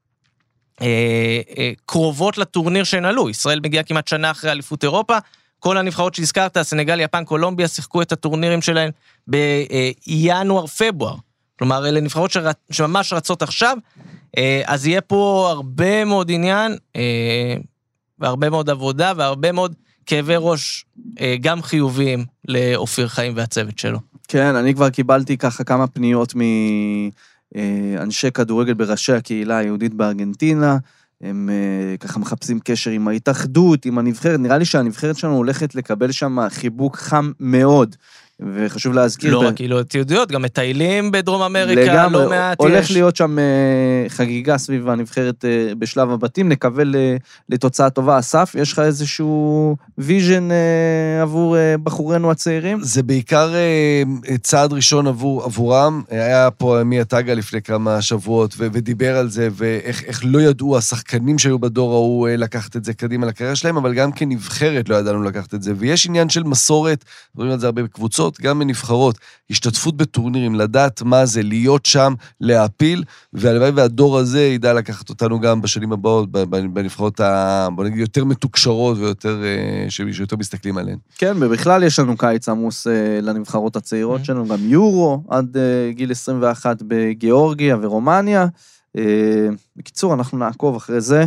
קרובות לטורניר שנעלו, ישראל מגיעה כמעט שנה אחרי אליפות אירופה, כל הנבחרות שהזכרת, סנגל, יפן, קולומביה, שיחקו את הטורנירים שלהם בינואר, פברואר, כלומר, אלה נבחרות שממש רצות עכשיו, אז יהיה פה הרבה מאוד עניין, והרבה מאוד עבודה, והרבה מאוד כאבי ראש, גם חיוביים לאופיר חיים והצוות שלו. כן, אני כבר קיבלתי ככה כמה פניות מ... אנשי כדורגל בראשי הקהילה היהודית בארגנטינה, הם ככה מחפשים קשר עם ההתאחדות, עם הנבחרת, נראה לי שהנבחרת שלנו הולכת לקבל שם חיבוק חם מאוד, וחשוב להזכיר... לא רק קהילות יהודיות, גם מטיילים בדרום אמריקה, לגמרי, לא מעט הולך יש. להיות שם חגיגה סביב הנבחרת בשלב הבתים, נקווה לתוצאה טובה. אסף, יש לך איזשהו ויז'ן עבור בחורינו הצעירים? זה בעיקר צעד ראשון עבור, עבורם, היה פה מיה טגה לפני כמה שבועות, ו- ודיבר על זה, ואיך איך לא ידעו השחקנים שהיו בדור ההוא לקחת את זה קדימה לקריירה שלהם, אבל גם כנבחרת לא ידענו לקחת את זה, ויש עניין של מסורת, דברים על זה הרבה בקבוצות, גם בנבחרות, השתתפות בטורנירים, לדעת מה זה, להיות שם, להפיל, והלוואי והדור הזה ידע לקחת אותנו גם בשנים הבאות, בנבחרות ה... בוא נגיד, יותר מתוקשרות ויותר, שיותר מסתכלים עליהן. כן, ובכלל יש לנו קיץ עמוס לנבחרות הצעירות שלנו, גם יורו עד גיל עשרים ואחת בגיאורגיה ורומניה. בקיצור, אנחנו נעקוב אחרי זה.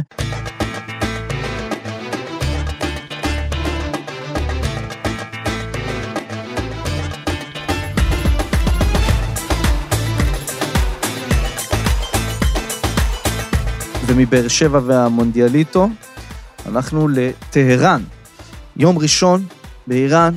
ומבאר שבע והמונדיאליטו, אנחנו לטהרן. יום ראשון באיראן,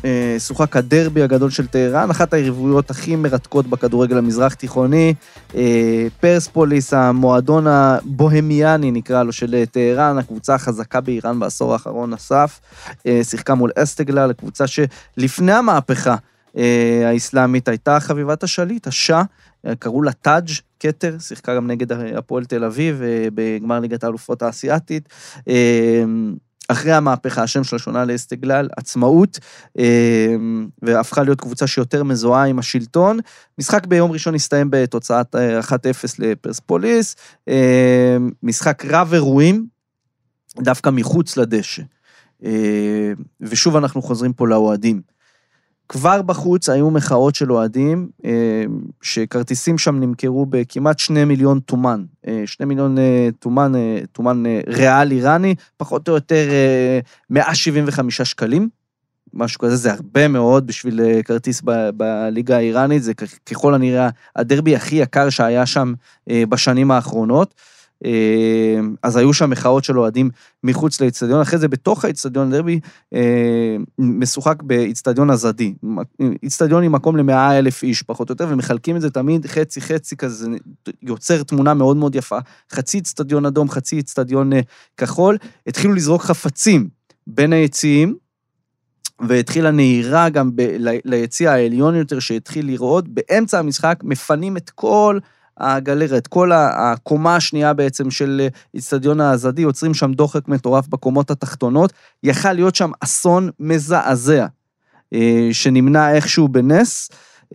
שוחק הדרבי הגדול של טהרן, אחת היריבויות הכי מרתקות בכדורגל המזרח תיכוני, פרספוליס, המועדון הבוהמיאני נקרא לו של טהרן, הקבוצה החזקה באיראן בעשור האחרון אסף, שיחקה מול אסטגלל, הקבוצה שלפני המהפכה האסלאמית הייתה חביבת השליט, השאה, קראו לה טאג' קטר, שיחקה גם נגד הפועל תל אביב, בגמר ליגת האלופות האסייתית, אחרי המהפכה, השם שלה שונה לאסטגלל, עצמאות, והפכה להיות קבוצה שיותר מזוהה עם השלטון. משחק ביום ראשון הסתיים בתוצאת אחת אפס לפרספוליס, משחק רב אירועים, דווקא מחוץ לדשא. ושוב אנחנו חוזרים פה לאוהדים. כבר בחוץ היו מחאות של אוהדים, שכרטיסים שם נמכרו בכמעט שני מיליון תומן, שני מיליון תומן, תומן ריאל איראני, פחות או יותר מאה שבעים וחמישה שקלים, משהו כזה, זה הרבה מאוד בשביל כרטיס ב- בליגה האיראנית, זה ככל הנראה הדרבי הכי יקר שהיה שם בשנים האחרונות, אז היו שם מחאות של אוהדים מחוץ לאצטדיון, אחרי זה בתוך האצטדיון דרבי משוחק באצטדיון הזדי, אצטדיון עם מקום למאה אלף איש פחות או יותר, ומחלקים את זה תמיד חצי חצי כזה, יוצר תמונה מאוד מאוד יפה, חצי אצטדיון אדום, חצי אצטדיון כחול, התחילו לזרוק חפצים בין היציעים, והתחילה נהירה גם ב- ליציע העליון יותר שהתחיל לראות, באמצע המשחק מפנים את כל הגלריה, את כל הקומה השנייה בעצם של אצטדיון הזדי, יוצרים שם דוחק מטורף בקומות התחתונות, יכל להיות שם אסון מזעזע, שנמנע איכשהו בנס,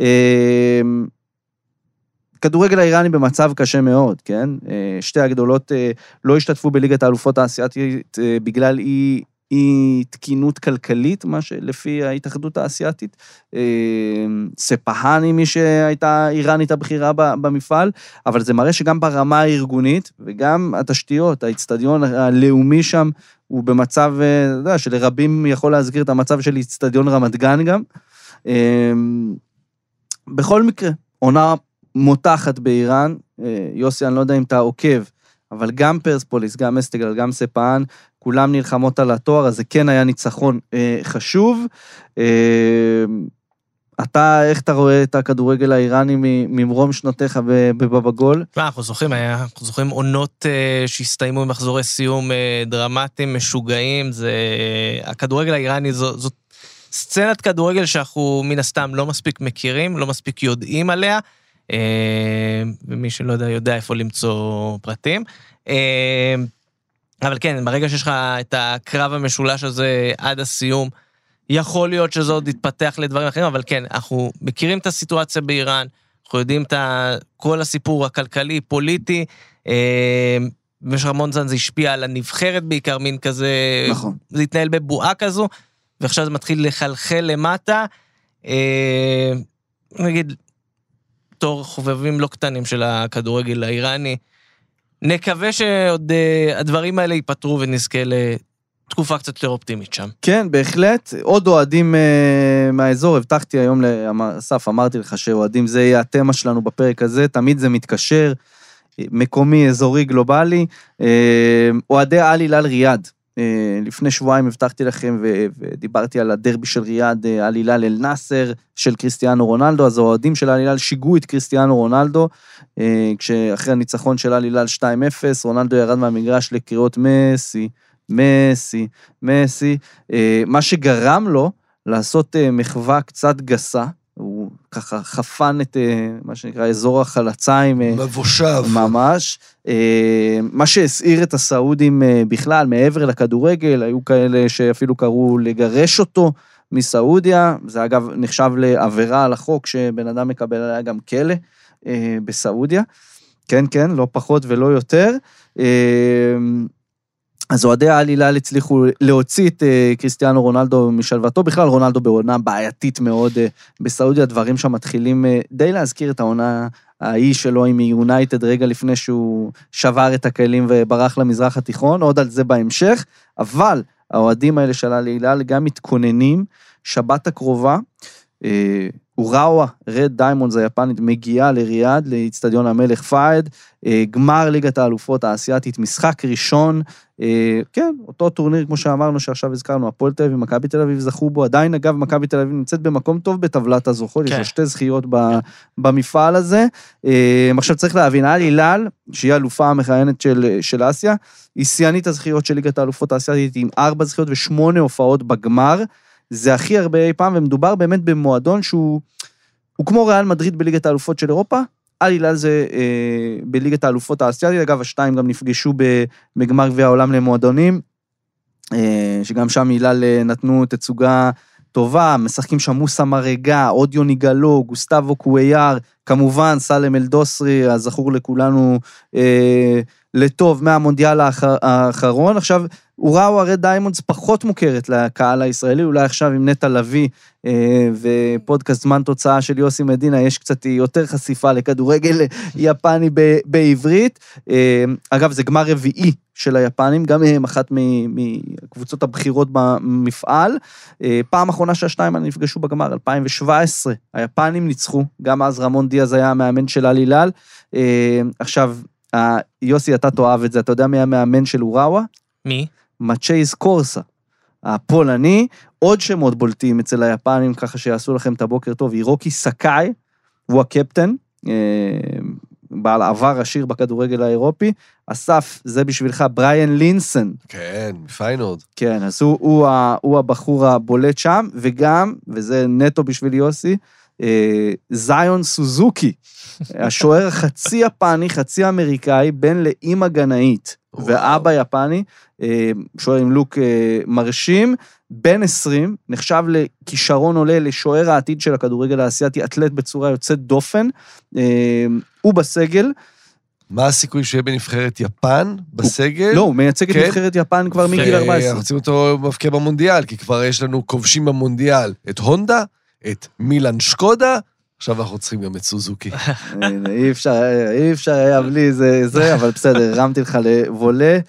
כדורגל האיראני במצב קשה מאוד, כן? שתי הגדולות לא השתתפו בליגת האלופות האסייתית בגלל אי היא תקינות כלכלית, מה שלפי ההתאחדות האסייתית, ספהני, מי שהייתה איראנית הבחירה במפעל, אבל זה מראה שגם ברמה הארגונית, וגם התשתיות, האצטדיון הלאומי שם, הוא במצב, אתה יודע, שלרבים יכול להזכיר את המצב של אצטדיון רמת גן גם. בכל מקרה, עונה מותחת באיראן, יוסי, אני לא יודע אם אתה עוקב, אבל גם פרספוליס, גם אסטגלל, גם ספהאן, כולם נלחמות על התואר, אז זה כן היה ניצחון אה, חשוב. אה, אתה, איך אתה רואה את הכדורגל האיראני ממרום שנותיך בבבגול? אנחנו זוכרים, אנחנו זוכרים עונות אה, שהסתיימו עם מחזורי סיום אה, דרמטיים, משוגעים, זה, הכדורגל האיראני זו, זאת סצנת כדורגל שאנחנו מן הסתם לא מספיק מכירים, לא מספיק יודעים עליה, אה, ומי שלא יודע, יודע איפה למצוא פרטים. אה, אבל כן, ברגע שיש לך את הקרב המשולש הזה עד הסיום, יכול להיות שזה עוד יתפתח לדברים אחרים, אבל כן, אנחנו מכירים את הסיטואציה באיראן, אנחנו יודעים את כל הסיפור הכלכלי, פוליטי, במשך המון זמן זה השפיע על הנבחרת בעיקר, מין כזה, נכון. זה התנהל בבועה כזו, ועכשיו זה מתחיל לחלחל למטה, נגיד, תור חובבים לא קטנים של הכדורגל האיראני, נקווה שעוד uh, הדברים האלה ייפטרו ונזכה לתקופה קצת יותר אופטימית שם. כן, בהחלט. עוד אוהדים uh, מהאזור, הבטחתי היום לאסף, אמרתי לך שאוהדים זה יהיה התמה שלנו בפרק הזה, תמיד זה מתקשר, מקומי, אזורי, גלובלי. Uh, אוהדי אל הילאל ריאד. Uh, לפני שבועיים הבטחתי לכם ו- ודיברתי על הדרבי של ריאד, uh, אל הילאל אל נאסר של קריסטיאנו רונלדו, אז האוהדים של אל הילאל שיגעו את קריסטיאנו רונלדו, uh, כשאחרי הניצחון של אל הילאל שתיים אפס, רונלדו ירד מהמגרש לקריאות מסי, מסי, מסי, uh, מה שגרם לו לעשות uh, מחווה קצת גסה, הוא ככה חפן את מה שנקרא אזור החלציים. מבושב. ממש. מה שהסעיר את הסעודים בכלל, מעבר לכדורגל, היו כאלה שאפילו קראו לגרש אותו מסעודיה, זה אגב נחשב לעבירה על החוק, שבן אדם מקבל עליה גם כלא בסעודיה. כן, כן, לא פחות ולא יותר. אז אוהדי אל הילאל הצליחו להוציא את קריסטיאנו רונלדו משלוותו, בכלל רונלדו בעונה בעייתית מאוד בסעודיה, דברים שם מתחילים די להזכיר את העונה ההיא שלו עם יונייטד רגע לפני שהוא שבר את הכלים וברח למזרח התיכון, עוד על זה בהמשך, אבל האוהדים האלה של אל הילאל גם מתכוננים, שבת הקרובה, אוראווה, רד דיימונדס היפנית, מגיעה לריאד, לאצטדיון המלך פייד, גמר ליגת האלופות האסייתית, משחק ראשון, כן, אותו טורניר, כמו שאמרנו, שעכשיו הזכרנו, הפועל תל אביב, מכבי תל אביב זכו בו, עדיין אגב, מכבי תל אביב נמצאת במקום טוב בטבלת הזוכות, יש לו שתי זכיות במפעל הזה, עכשיו צריך להבין, אל הילל, שהיא אלופה המכהנת של אסיה, היא שיאנית הזכיות של ליגת האלופות האסייתית, עם ארבע זכיות ושמונה הופעות בגמר, זה הכי הרבה אי פעם, ומדובר באמת במועדון שהוא הוא כמו ריאל מדריד בליגת האלופות של אירופה, אל הילל זה אה, בליגת האלופות האסייתית, אגב, השתיים גם נפגשו בגמר גביע העולם למועדונים, אה, שגם שם הילל נתנו תצוגה טובה, משחקים שם מוסא מרגע, אודיו ניגלו, גוסטבו קווייר, כמובן סלם אלדוסרי, הזכור לכולנו אה, לטוב מהמונדיאל האחר, האחרון, עכשיו אוראווה רד דיימונדס פחות מוכרת לקהל הישראלי, אולי עכשיו עם נטע לוי אה, ופודקאסט זמן תוצאה של יוסי מדינה, יש קצת יותר חשיפה לכדורגל יפני ב, בעברית, אה, אגב זה גמר רביעי של היפנים, גם הם אחת מקבוצות הבחירות במפעל, אה, פעם אחרונה שהשתיים נפגשו בגמר, אלפיים שבע עשרה, היפנים ניצחו, גם אז רמון דיאז היה המאמן של אל הילל, אה, עכשיו, יוסי, אתה תאהב את זה, אתה יודע מי המאמן של אוראווה? מי? מצ'ייז קורסה, הפולני, עוד שמות בולטים אצל היפנים, ככה שיעשו לכם את הבוקר טוב, הירוקי סקאי, הוא הקפטן, בעל עבר עשיר בכדורגל האירופי, אסף, זה בשבילך, בריאן לינסון. כן, פיינורד. כן, אז הוא, הוא, הוא הבחור הבולט שם, וגם, וזה נטו בשביל יוסי, זיון סוזוקי, השוער החצי יפני, חצי אמריקאי, בן לאמא גנאית, ואבא יפני, שוער עם לוק מרשים, בן עשרים, נחשב לכישרון עולה לשוער העתיד של הכדורגל האסייתי, אתלט בצורה יוצאת דופן, הוא בסגל. מה הסיכוי שיהיה בנבחרת יפן בסגל? לא, הוא מייצג את נבחרת יפן כבר מגיל ארבע עשרה. רוצים אותו מבקר במונדיאל, כי כבר יש לנו כובשים במונדיאל, את הונדה, את מילן שקודה, עכשיו אנחנו צריכים גם את סוזוקי. אי אפשר, אי אפשר היה בלי זה, זה, אבל בסדר, הרמתי לך לבולה.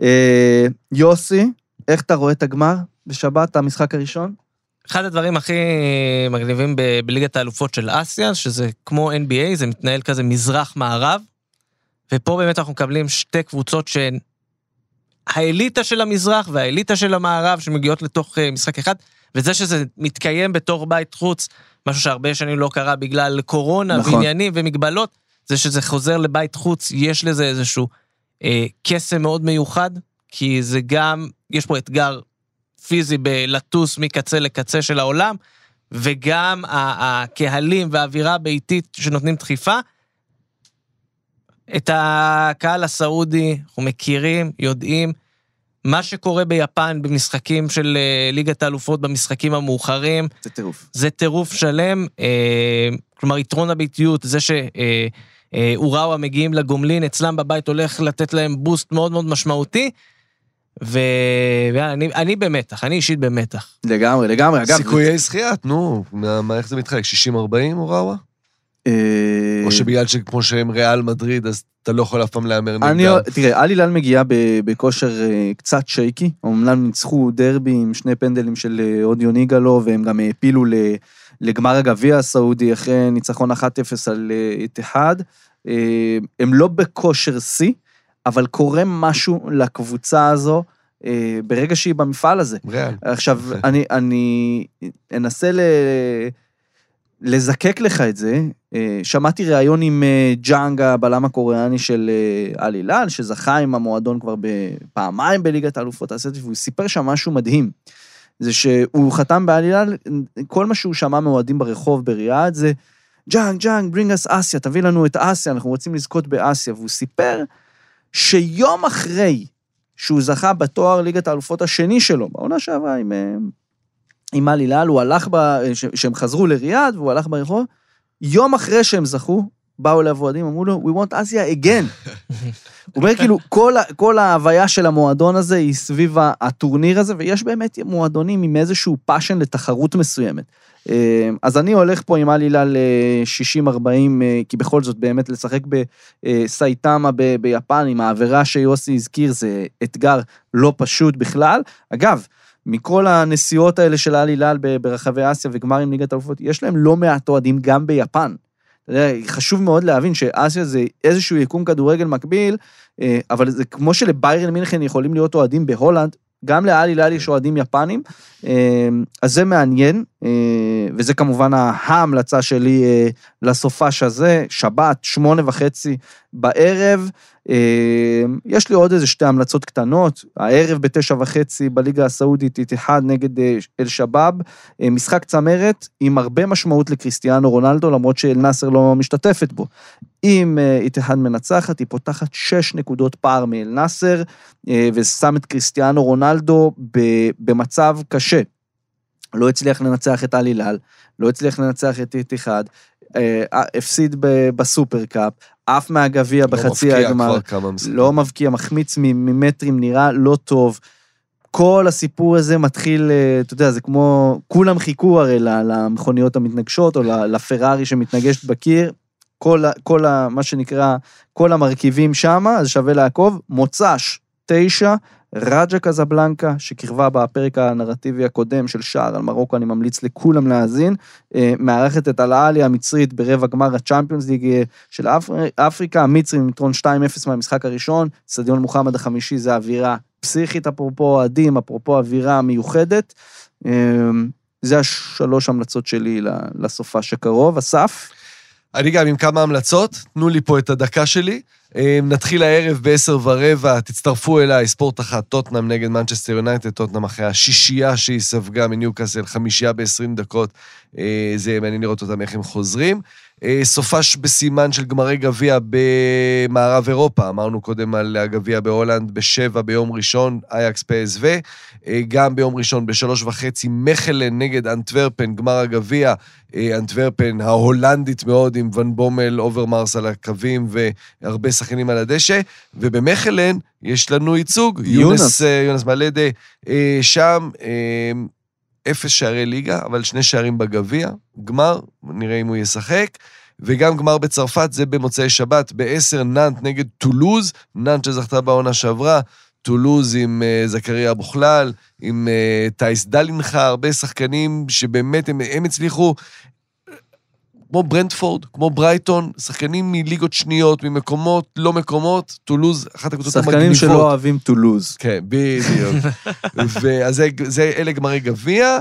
יוסי, איך אתה רואה את הגמר בשבת, המשחק הראשון? אחד הדברים הכי מגניבים ב- בליגת האלופות של אסיה, שזה כמו אן בי איי, זה מתנהל כזה מזרח-מערב, ופה באמת אנחנו מקבלים שתי קבוצות שהן האליטה של המזרח והאליטה של המערב, שמגיעות לתוך משחק אחד, וזה שזה מתקיים בתור בית חוץ, משהו שהרבה שנים לא קרה בגלל קורונה, נכון. ועניינים ומגבלות, זה שזה חוזר לבית חוץ, יש לזה איזשהו אה, קסם מאוד מיוחד, כי זה גם, יש פה אתגר פיזי בלטוס מקצה לקצה של העולם, וגם הקהלים והאווירה הביתית שנותנים דחיפה, את הקהל הסעודי, אנחנו מכירים, יודעים, מה שקורה ביפן במשחקים של ליגת האלופות, במשחקים המאוחרים, זה טירוף. זה טירוף שלם, כלומר יתרון הביתיות, זה שאוראווה מגיעים לגומלין, אצלם בבית הולך לתת להם בוסט מאוד מאוד משמעותי, ואני אני במתח, אני אישית במתח. לגמרי, לגמרי. אגב, סיכויי זכייה, תנו, מה, איך זה מתחלק? שישים ארבעים אוראווה? או שבגלל שכמו שהם ריאל מדריד, אז אתה לא יכול אף פעם לאמר נגדם. תראה, אל הילל מגיעה בכושר קצת שייקי, אומנם ניצחו דרבי עם שני פנדלים של אודיו ניגלו, והם גם הפילו לגמר הגביע הסעודי, אחרי ניצחון אחת אפס על איתיחאד, הם לא בכושר C, אבל קורה משהו לקבוצה הזו, ברגע שהיא במפעל הזה. ריאל. עכשיו, אני אנסה ל... לזקק לך את זה, שמעתי ראיון עם ג'אנג, הבלם הקוריאני של אל הילל, שזכה עם המועדון כבר בפעמיים בליגת האלופות האסייתית, והוא סיפר שם משהו מדהים, זה שהוא חתם באל הילל, כל מה שהוא שמע מאוהדים ברחוב בריאד, זה ג'אנג, ג'אנג, ברינג אס אסיה, תביא לנו את אסיה, אנחנו רוצים לזכות באסיה, והוא סיפר שיום אחרי שהוא זכה בתואר ליגת האלופות השני שלו, בעונה שעברה עם... עם אל הילל, הוא הלך, ב... שהם חזרו לריאד, והוא הלך ברחוב, יום אחרי שהם זכו, באו אליו אוהדים, אמרו לו, we want Asia again. הוא אומר, כאילו, כל, כל ההוויה של המועדון הזה, היא סביב הטורניר הזה, ויש באמת מועדונים עם איזשהו פאשן לתחרות מסוימת. אז אני הולך פה עם אל הילל שישים ארבעים, כי בכל זאת באמת לשחק בסייטאמה ב... ביפן, עם העבירה שיוסי הזכיר, זה אתגר לא פשוט בכלל. אגב, מכל הנסיעות האלה של אל הילל ברחבי אסיה וגמר עם ליגת האלופות, יש להם לא מעט אוהדים גם ביפן. אתה יודע, חשוב מאוד להבין שאסיה זה איזשהו יקום כדורגל מקביל, אבל זה כמו שלביירן מינכן יכולים להיות אוהדים בהולנד, גם לאל הילל יש אוהדים יפנים, אז זה מעניין, וזה כמובן ההמלצה שלי לסופש הזה, שבת, שמונה וחצי בערב, יש לי עוד איזה שתי המלצות קטנות, הערב בתשע וחצי בליגה הסעודית, איתיחד נגד אל שבאב, משחק צמרת עם הרבה משמעות לקריסטיאנו רונלדו, למרות שאל נאסר לא משתתפת בו. אם איתיחד מנצחת, היא פותחת שש נקודות פער מאל נאסר, ושם את קריסטיאנו רונלדו במצב קשה. לא הצליח לנצח את אל הילל, לא הצליח לנצח את איתיחד, הפסיד בסופר קאפ, אף מהגביע בחצי הגמר, לא מבקיע, מחמיץ ממטרים, נראה לא טוב. כל הסיפור הזה מתחיל, אתה יודע, זה כמו, כולם חיכו הרי למכוניות המתנגשות, או לפרארי שמתנגשת בקיר, כל, כל מה שנקרא, כל המרכיבים שם, אז שווה לעקוב, מוצ"ש, תשע, רג'ה קזבלנקה, שקרבה בפרק הנרטיבי הקודם של שער על מרוקו, אני ממליץ לכולם להאזין, מערכת את אל-אהלי המצרית ברבע גמר הצ'אמפיונס ליג של אפריקה, המצרים עם יתרון שתיים אפס מהמשחק הראשון, סטדיון מוחמד החמישי, זה אווירה פסיכית, אפרופו עדים, אפרופו אווירה מיוחדת, זה השלוש המלצות שלי לסופה שקרוב, אסף? אני גם עם כמה המלצות, תנו לי פה את הדקה שלי, נתחיל הערב בעשר ורבע, תצטרפו אליי, ספורט אחת, טוטנאם נגד מנצ'סטר יונייטד, טוטנאם אחרי השישייה שהיא ספגה מניוקאסל, חמישייה ב-עשרים דקות, זה מעניין לראות אותם איך הם חוזרים, סופש בסימן של גמרי גביע במערב אירופה, אמרנו קודם על הגביע בהולנד, בשבע ביום ראשון, אייקס פי אס וי, גם ביום ראשון בשלוש וחצי, מחלן נגד אנטוורפן, גמר הגביע, אנטוורפן ההולנדית מאוד, עם ון בומל, אוברמרס על הקווים, והרבה שחקנים על הדשא, ובמחלן יש לנו ייצוג, יונס, יונס מלדה, שם אפס שערי ליגה, אבל שני שערים בגביע, גמר, נראה אם הוא ישחק, וגם גמר בצרפת, זה במוצאי שבת, בעשר נאנט נגד טולוז, נאנט שזכתה בעונה שעברה, טולוז עם uh, זכריה בוכלל, עם uh, טייס דלינחה, הרבה שחקנים שבאמת הם, הם הצליחו, כמו ברנטפורד, כמו ברייטון, שחקנים מליגות שניות, ממקומות, לא מקומות, טולוז, אחת הקבוצות המגניבות. שחקנים שלא אוהבים טולוז. כן, בדיוק. ואז זה, זה אלה גמרי גביע,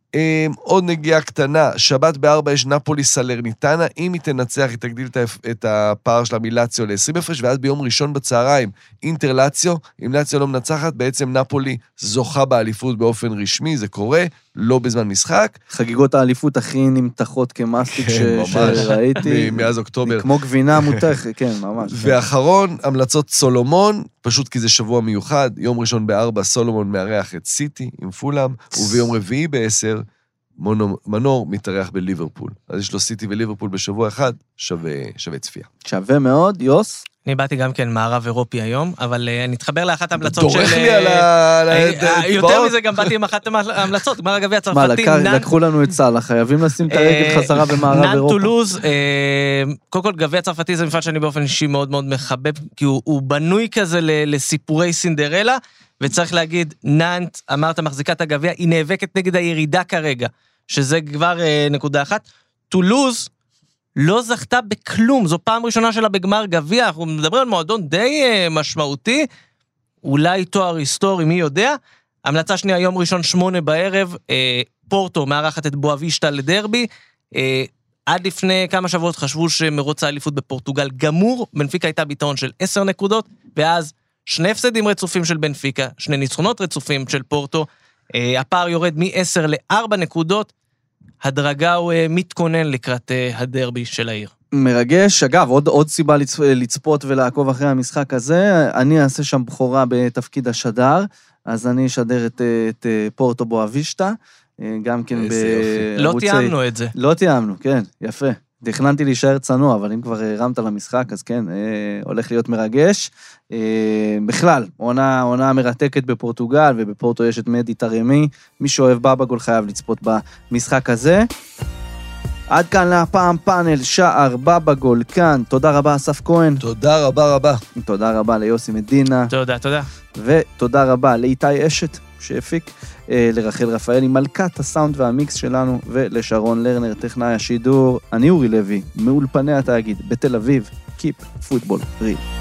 עוד נגיעה קטנה, שבת בארבע יש נפולי סלרניטנה, אם היא תנצח, היא תגדיל את הפער שלה מלאציו ל-עשרים הפרש, ואז ביום ראשון בצהריים, אינטר לאציו, אם לאציו לא מנצחת, בעצם נפולי זוכה באליפות באופן רשמי, זה קורה, לא בזמן משחק. חגיגות האליפות הכי נמתחות כמסטיק שראיתי. מאז אוקטובר. כמו גבינה מותחת, כן, ממש. ואחרון, המלצות סולומון, פשוט כי זה שבוע מיוחד, יום ראשון בארבע, סולומון מארח את סיטי עם פולאם, וביום רביעי בעשר, מנור מתארח בליברפול. אז יש לו סיטי וליברפול בשבוע אחד, שווה, שווה צפייה. שווה מאוד, יוס? אני באתי גם כן מערב אירופי היום, אבל אני אתחבר לאחת ההמלצות של... דורך לי על ה... יותר מזה גם באתי עם אחת ההמלצות, גמר הגביע הצרפתי. מה, לקחו לנו את סאלח, חייבים לשים את הרגל חזרה במערב אירופה. נאנט טולוז, קודם כל גביע הצרפתי זה מפעל שאני באופן אישי מאוד מאוד מחבב, כי הוא בנוי כזה לסיפורי סינדרלה, וצריך להגיד, נאנט, אמרת מחזיקת הגביע, היא נאבקת נגד הירידה כרגע, שזה כבר נקודה אחת. טולוז לא זכתה בכלום, זו פעם ראשונה שלה בגמר גביע, אנחנו מדברים על מועדון די משמעותי, אולי תואר היסטורי, מי יודע. המלצה שנייה, יום ראשון שמונה בערב, פורטו מארחת את בואבישטה לדרבי, עד לפני כמה שבועות חשבו שמרוץ האליפות בפורטוגל גמור, בנפיקה הייתה ביתרון של עשר נקודות, ואז שני הפסדים רצופים של בנפיקה, שני ניצחונות רצופים של פורטו, הפער יורד מ-עשר ל-ארבע נקודות, הדרגה הוא מתכונן לקראת הדרבי של העיר. מרגש, אגב, עוד, עוד סיבה לצפ, לצפות ולעקוב אחרי המשחק הזה, אני אעשה שם בחורה בתפקיד השדר, אז אני אשדר את, את פורטו בואבישטה, גם כן בערוצי... לא תיאמנו את זה. לא תיאמנו, כן, יפה. תכננתי להישאר צנוע, אבל אם כבר הרמת למשחק, אז כן, הולך להיות מרגש. בכלל, עונה, עונה מרתקת בפורטוגל, ובפורטו יש את מדי תרמי, מי שאוהב בבא גול חייב לצפות במשחק הזה. עד כאן להפעם פאנל שער בבא גול כאן, תודה רבה אסף כהן. תודה רבה רבה. תודה רבה ליוסי מדינה. תודה, תודה. ותודה רבה לאיתי אשת. שהפיק, לרחל רפאלי, מלכת הסאונד והמיקס שלנו, ולשרון לרנר, טכנאי השידור. אני אורי לוי, מאולפני התאגיד בתל אביב. Keep football real.